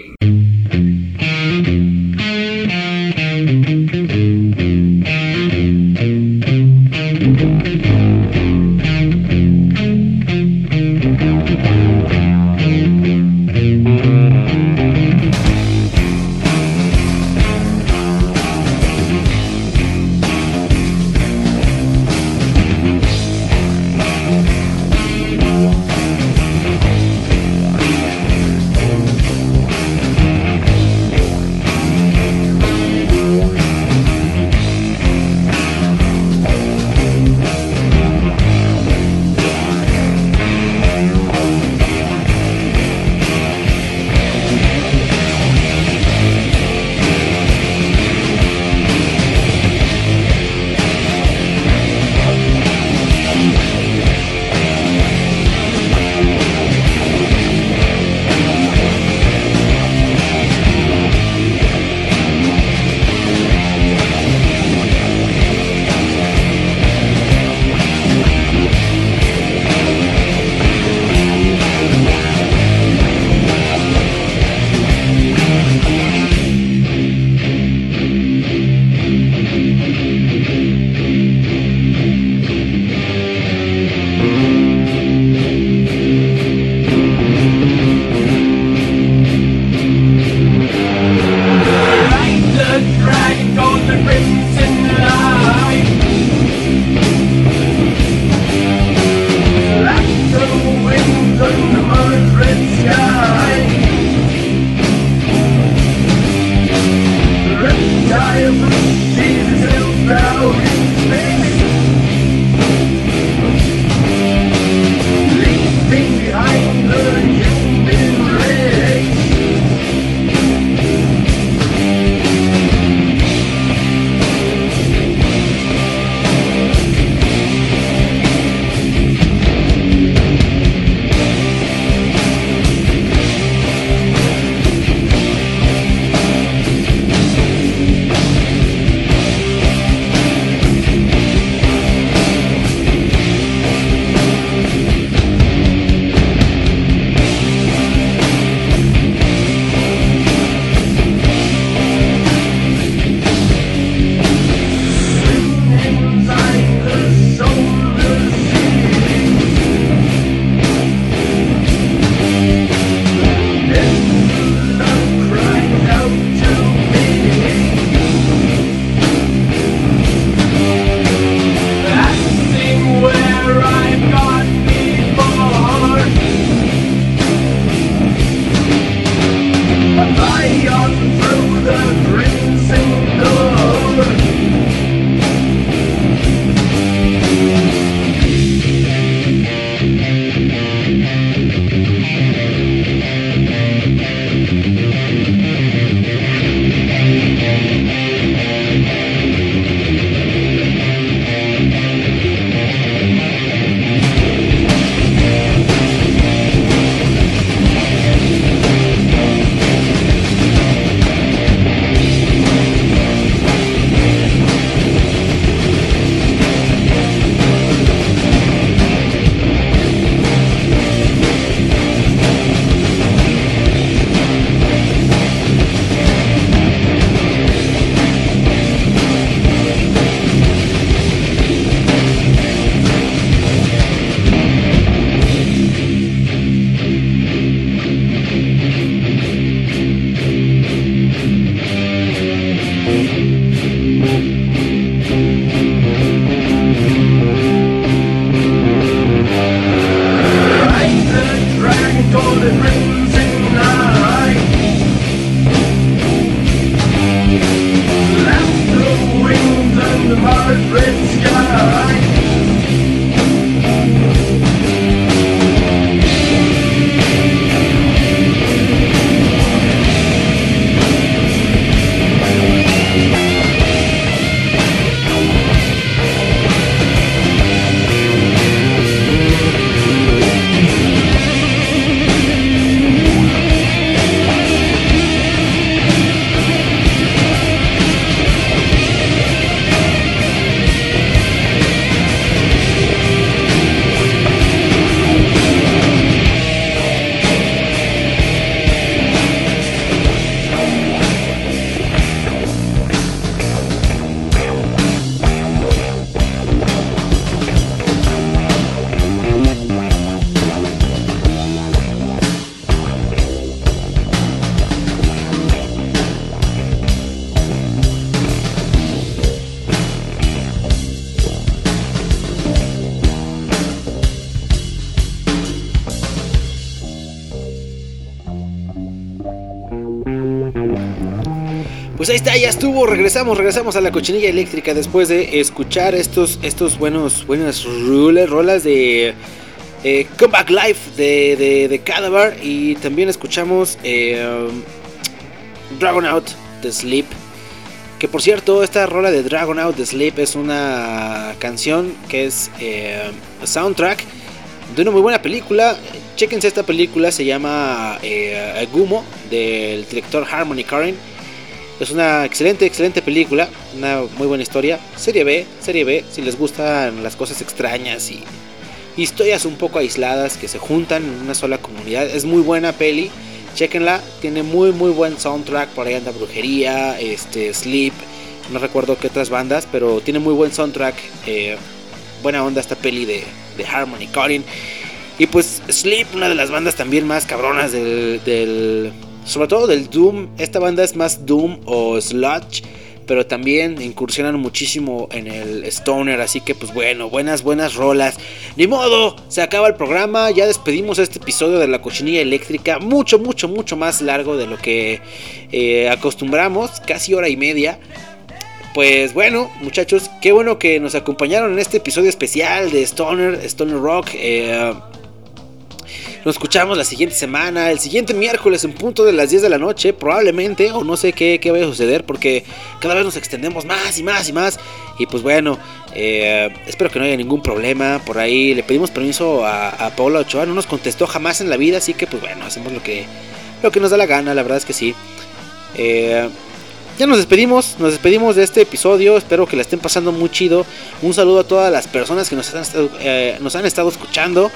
S4: Pues ahí está, ya estuvo, regresamos a la cochinilla eléctrica después de escuchar estos buenas rolas de Come Back Live de Cadaver, y también escuchamos Dragon Out The Sleep, que por cierto esta rola de Dragon Out The Sleep es una canción que es soundtrack de una muy buena película. Chéquense esta película, se llama Gumo, del director Harmony Korine. Es una excelente película, una muy buena historia. Serie B, si les gustan las cosas extrañas y historias un poco aisladas que se juntan en una sola comunidad. Es muy buena peli, chéquenla, tiene muy buen soundtrack. Por ahí anda Brujería, Sleep, no recuerdo qué otras bandas, pero tiene muy buen soundtrack. Buena onda esta peli de Harmony Korine. Y pues Sleep, una de las bandas también más cabronas sobre todo del Doom. Esta banda es más Doom o Sludge, pero también incursionan muchísimo en el Stoner. Así que pues bueno, buenas rolas. Ni modo, se acaba el programa. Ya despedimos este episodio de la cochinilla eléctrica. Mucho más largo de lo que acostumbramos. Casi hora y media. Pues bueno, muchachos, qué bueno que nos acompañaron en este episodio especial de Stoner Rock. Nos escuchamos la siguiente semana, el siguiente miércoles en punto de las 10 de la noche, probablemente, o no sé qué vaya a suceder, porque cada vez nos extendemos más. Y pues bueno, espero que no haya ningún problema. Por ahí le pedimos permiso a Paola Ochoa, no nos contestó jamás en la vida, así que pues bueno, hacemos lo que nos da la gana, la verdad es que sí. Ya nos despedimos de este episodio. Espero que la estén pasando muy chido. Un saludo a todas las personas que nos han estado escuchando.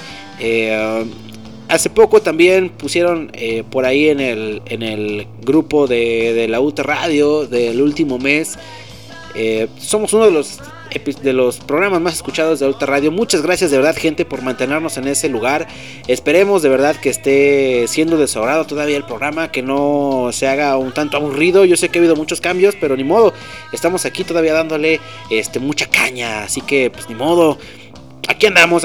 S4: Hace poco también pusieron por ahí en el grupo de la UTA Radio del último mes. Somos uno de los programas más escuchados de UTA Radio. Muchas gracias de verdad, gente, por mantenernos en ese lugar. Esperemos de verdad que esté siendo de su agrado todavía el programa, que no se haga un tanto aburrido. Yo sé que ha habido muchos cambios, pero ni modo, estamos aquí todavía dándole mucha caña, así que pues ni modo. Aquí andamos.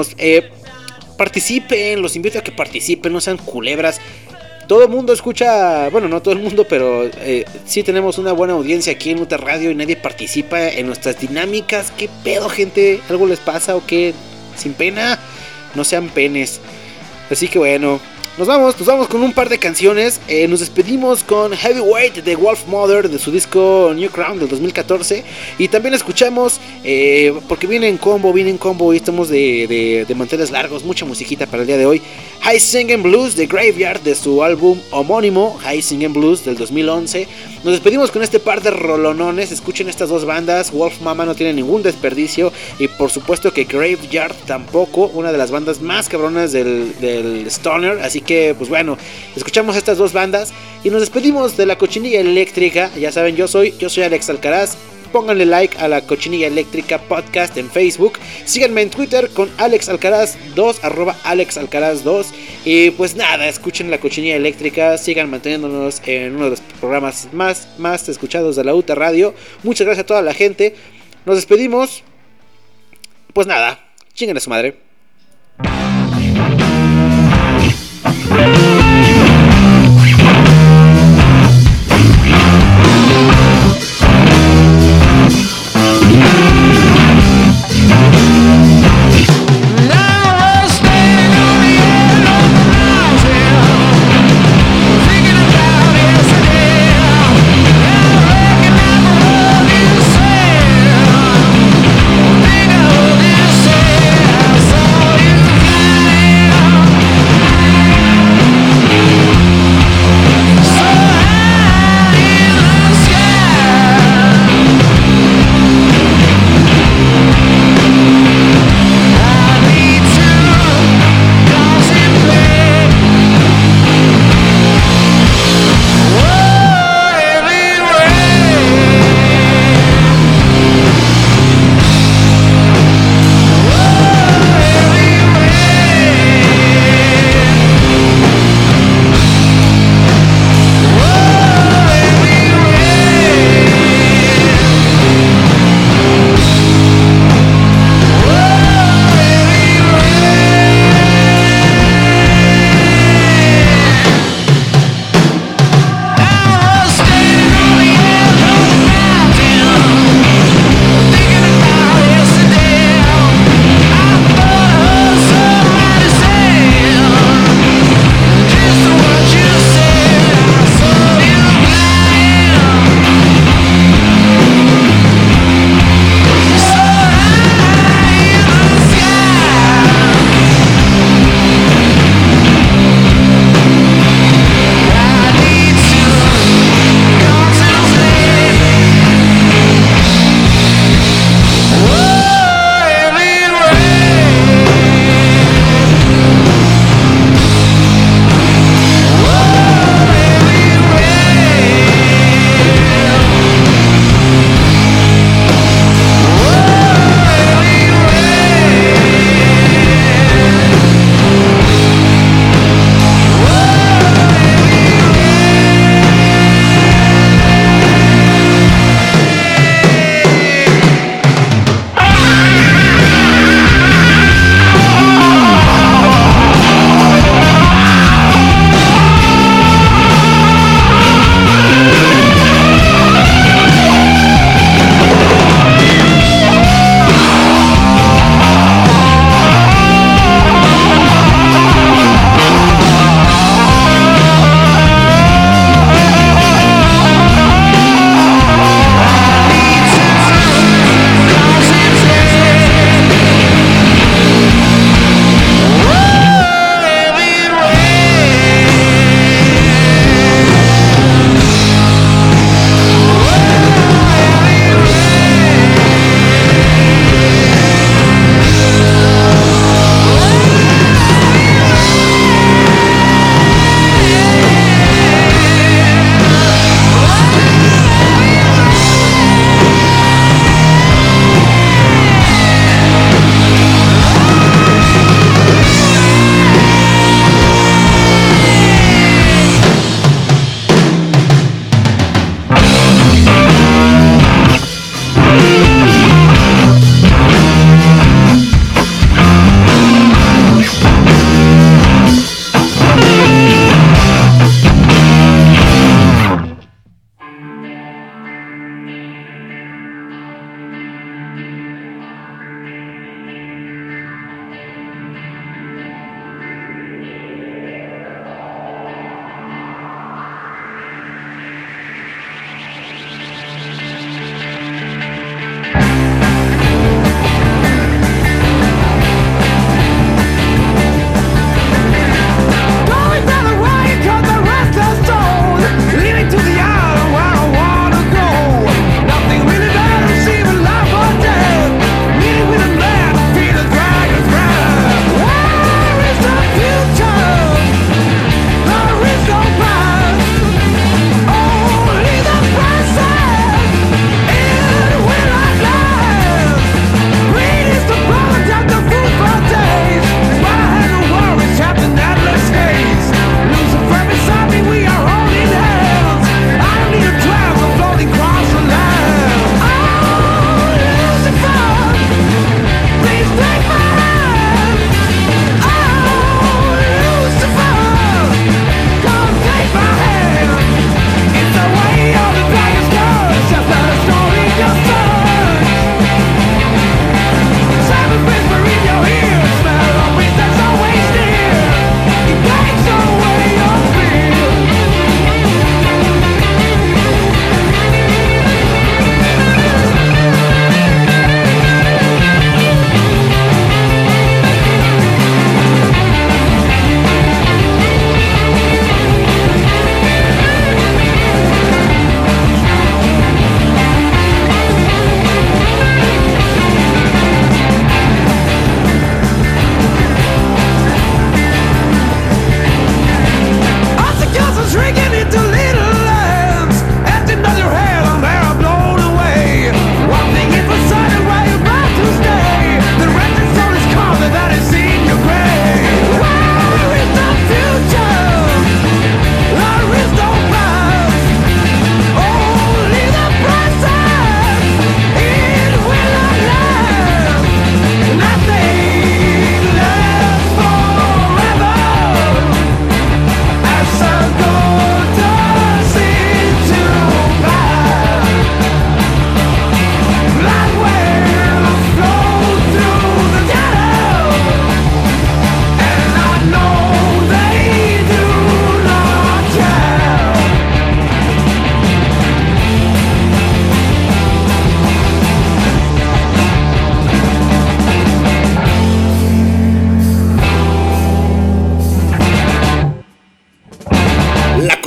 S4: Participen, los invito a que participen, no sean culebras. Todo el mundo escucha, bueno, no todo el mundo, pero sí tenemos una buena audiencia aquí en UTA Radio y nadie participa en nuestras dinámicas. ¿Qué pedo, gente? ¿Algo les pasa o qué? Sin pena, no sean penes. Así que bueno, nos vamos con un par de canciones. Nos despedimos con Heavyweight de Wolf Mother, de su disco New Crown del 2014. Y también escuchamos, porque viene en combo y estamos de manteles largos, mucha musiquita para el día de hoy, High Singing Blues de Graveyard, de su álbum homónimo High Singing Blues del 2011. Nos despedimos con este par de rolonones. Escuchen estas dos bandas. Wolf Mama no tiene ningún desperdicio, y por supuesto que Graveyard tampoco, una de las bandas más cabronas del Stoner. Así que pues bueno, escuchamos estas dos bandas y nos despedimos de la cochinilla eléctrica. Ya saben, yo soy Alex Alcaraz. Pónganle like a la Cochinilla Eléctrica Podcast en Facebook. Síganme en Twitter con AlexAlcaraz2, @AlexAlcaraz2. Y pues nada, escuchen la Cochinilla Eléctrica. Sigan manteniéndonos en uno de los programas más escuchados de la UTA Radio. Muchas gracias a toda la gente. Nos despedimos. Pues nada, chinguen a su madre.
S5: Say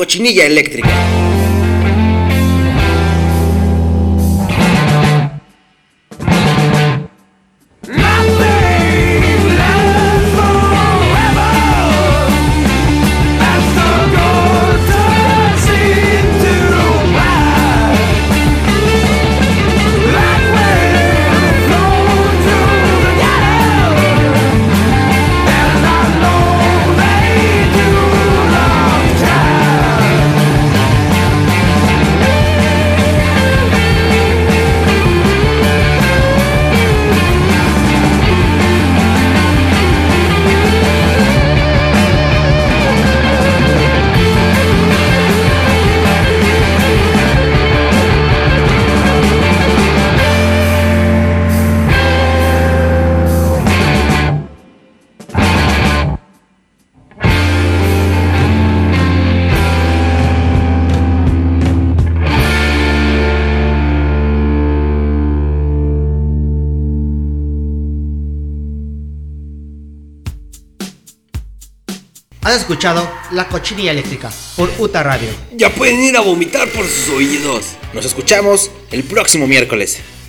S3: cochinilla eléctrica.
S1: Has escuchado La Cochinilla Eléctrica por UTA Radio.
S2: Ya pueden ir a vomitar por sus oídos.
S3: Nos escuchamos el próximo miércoles.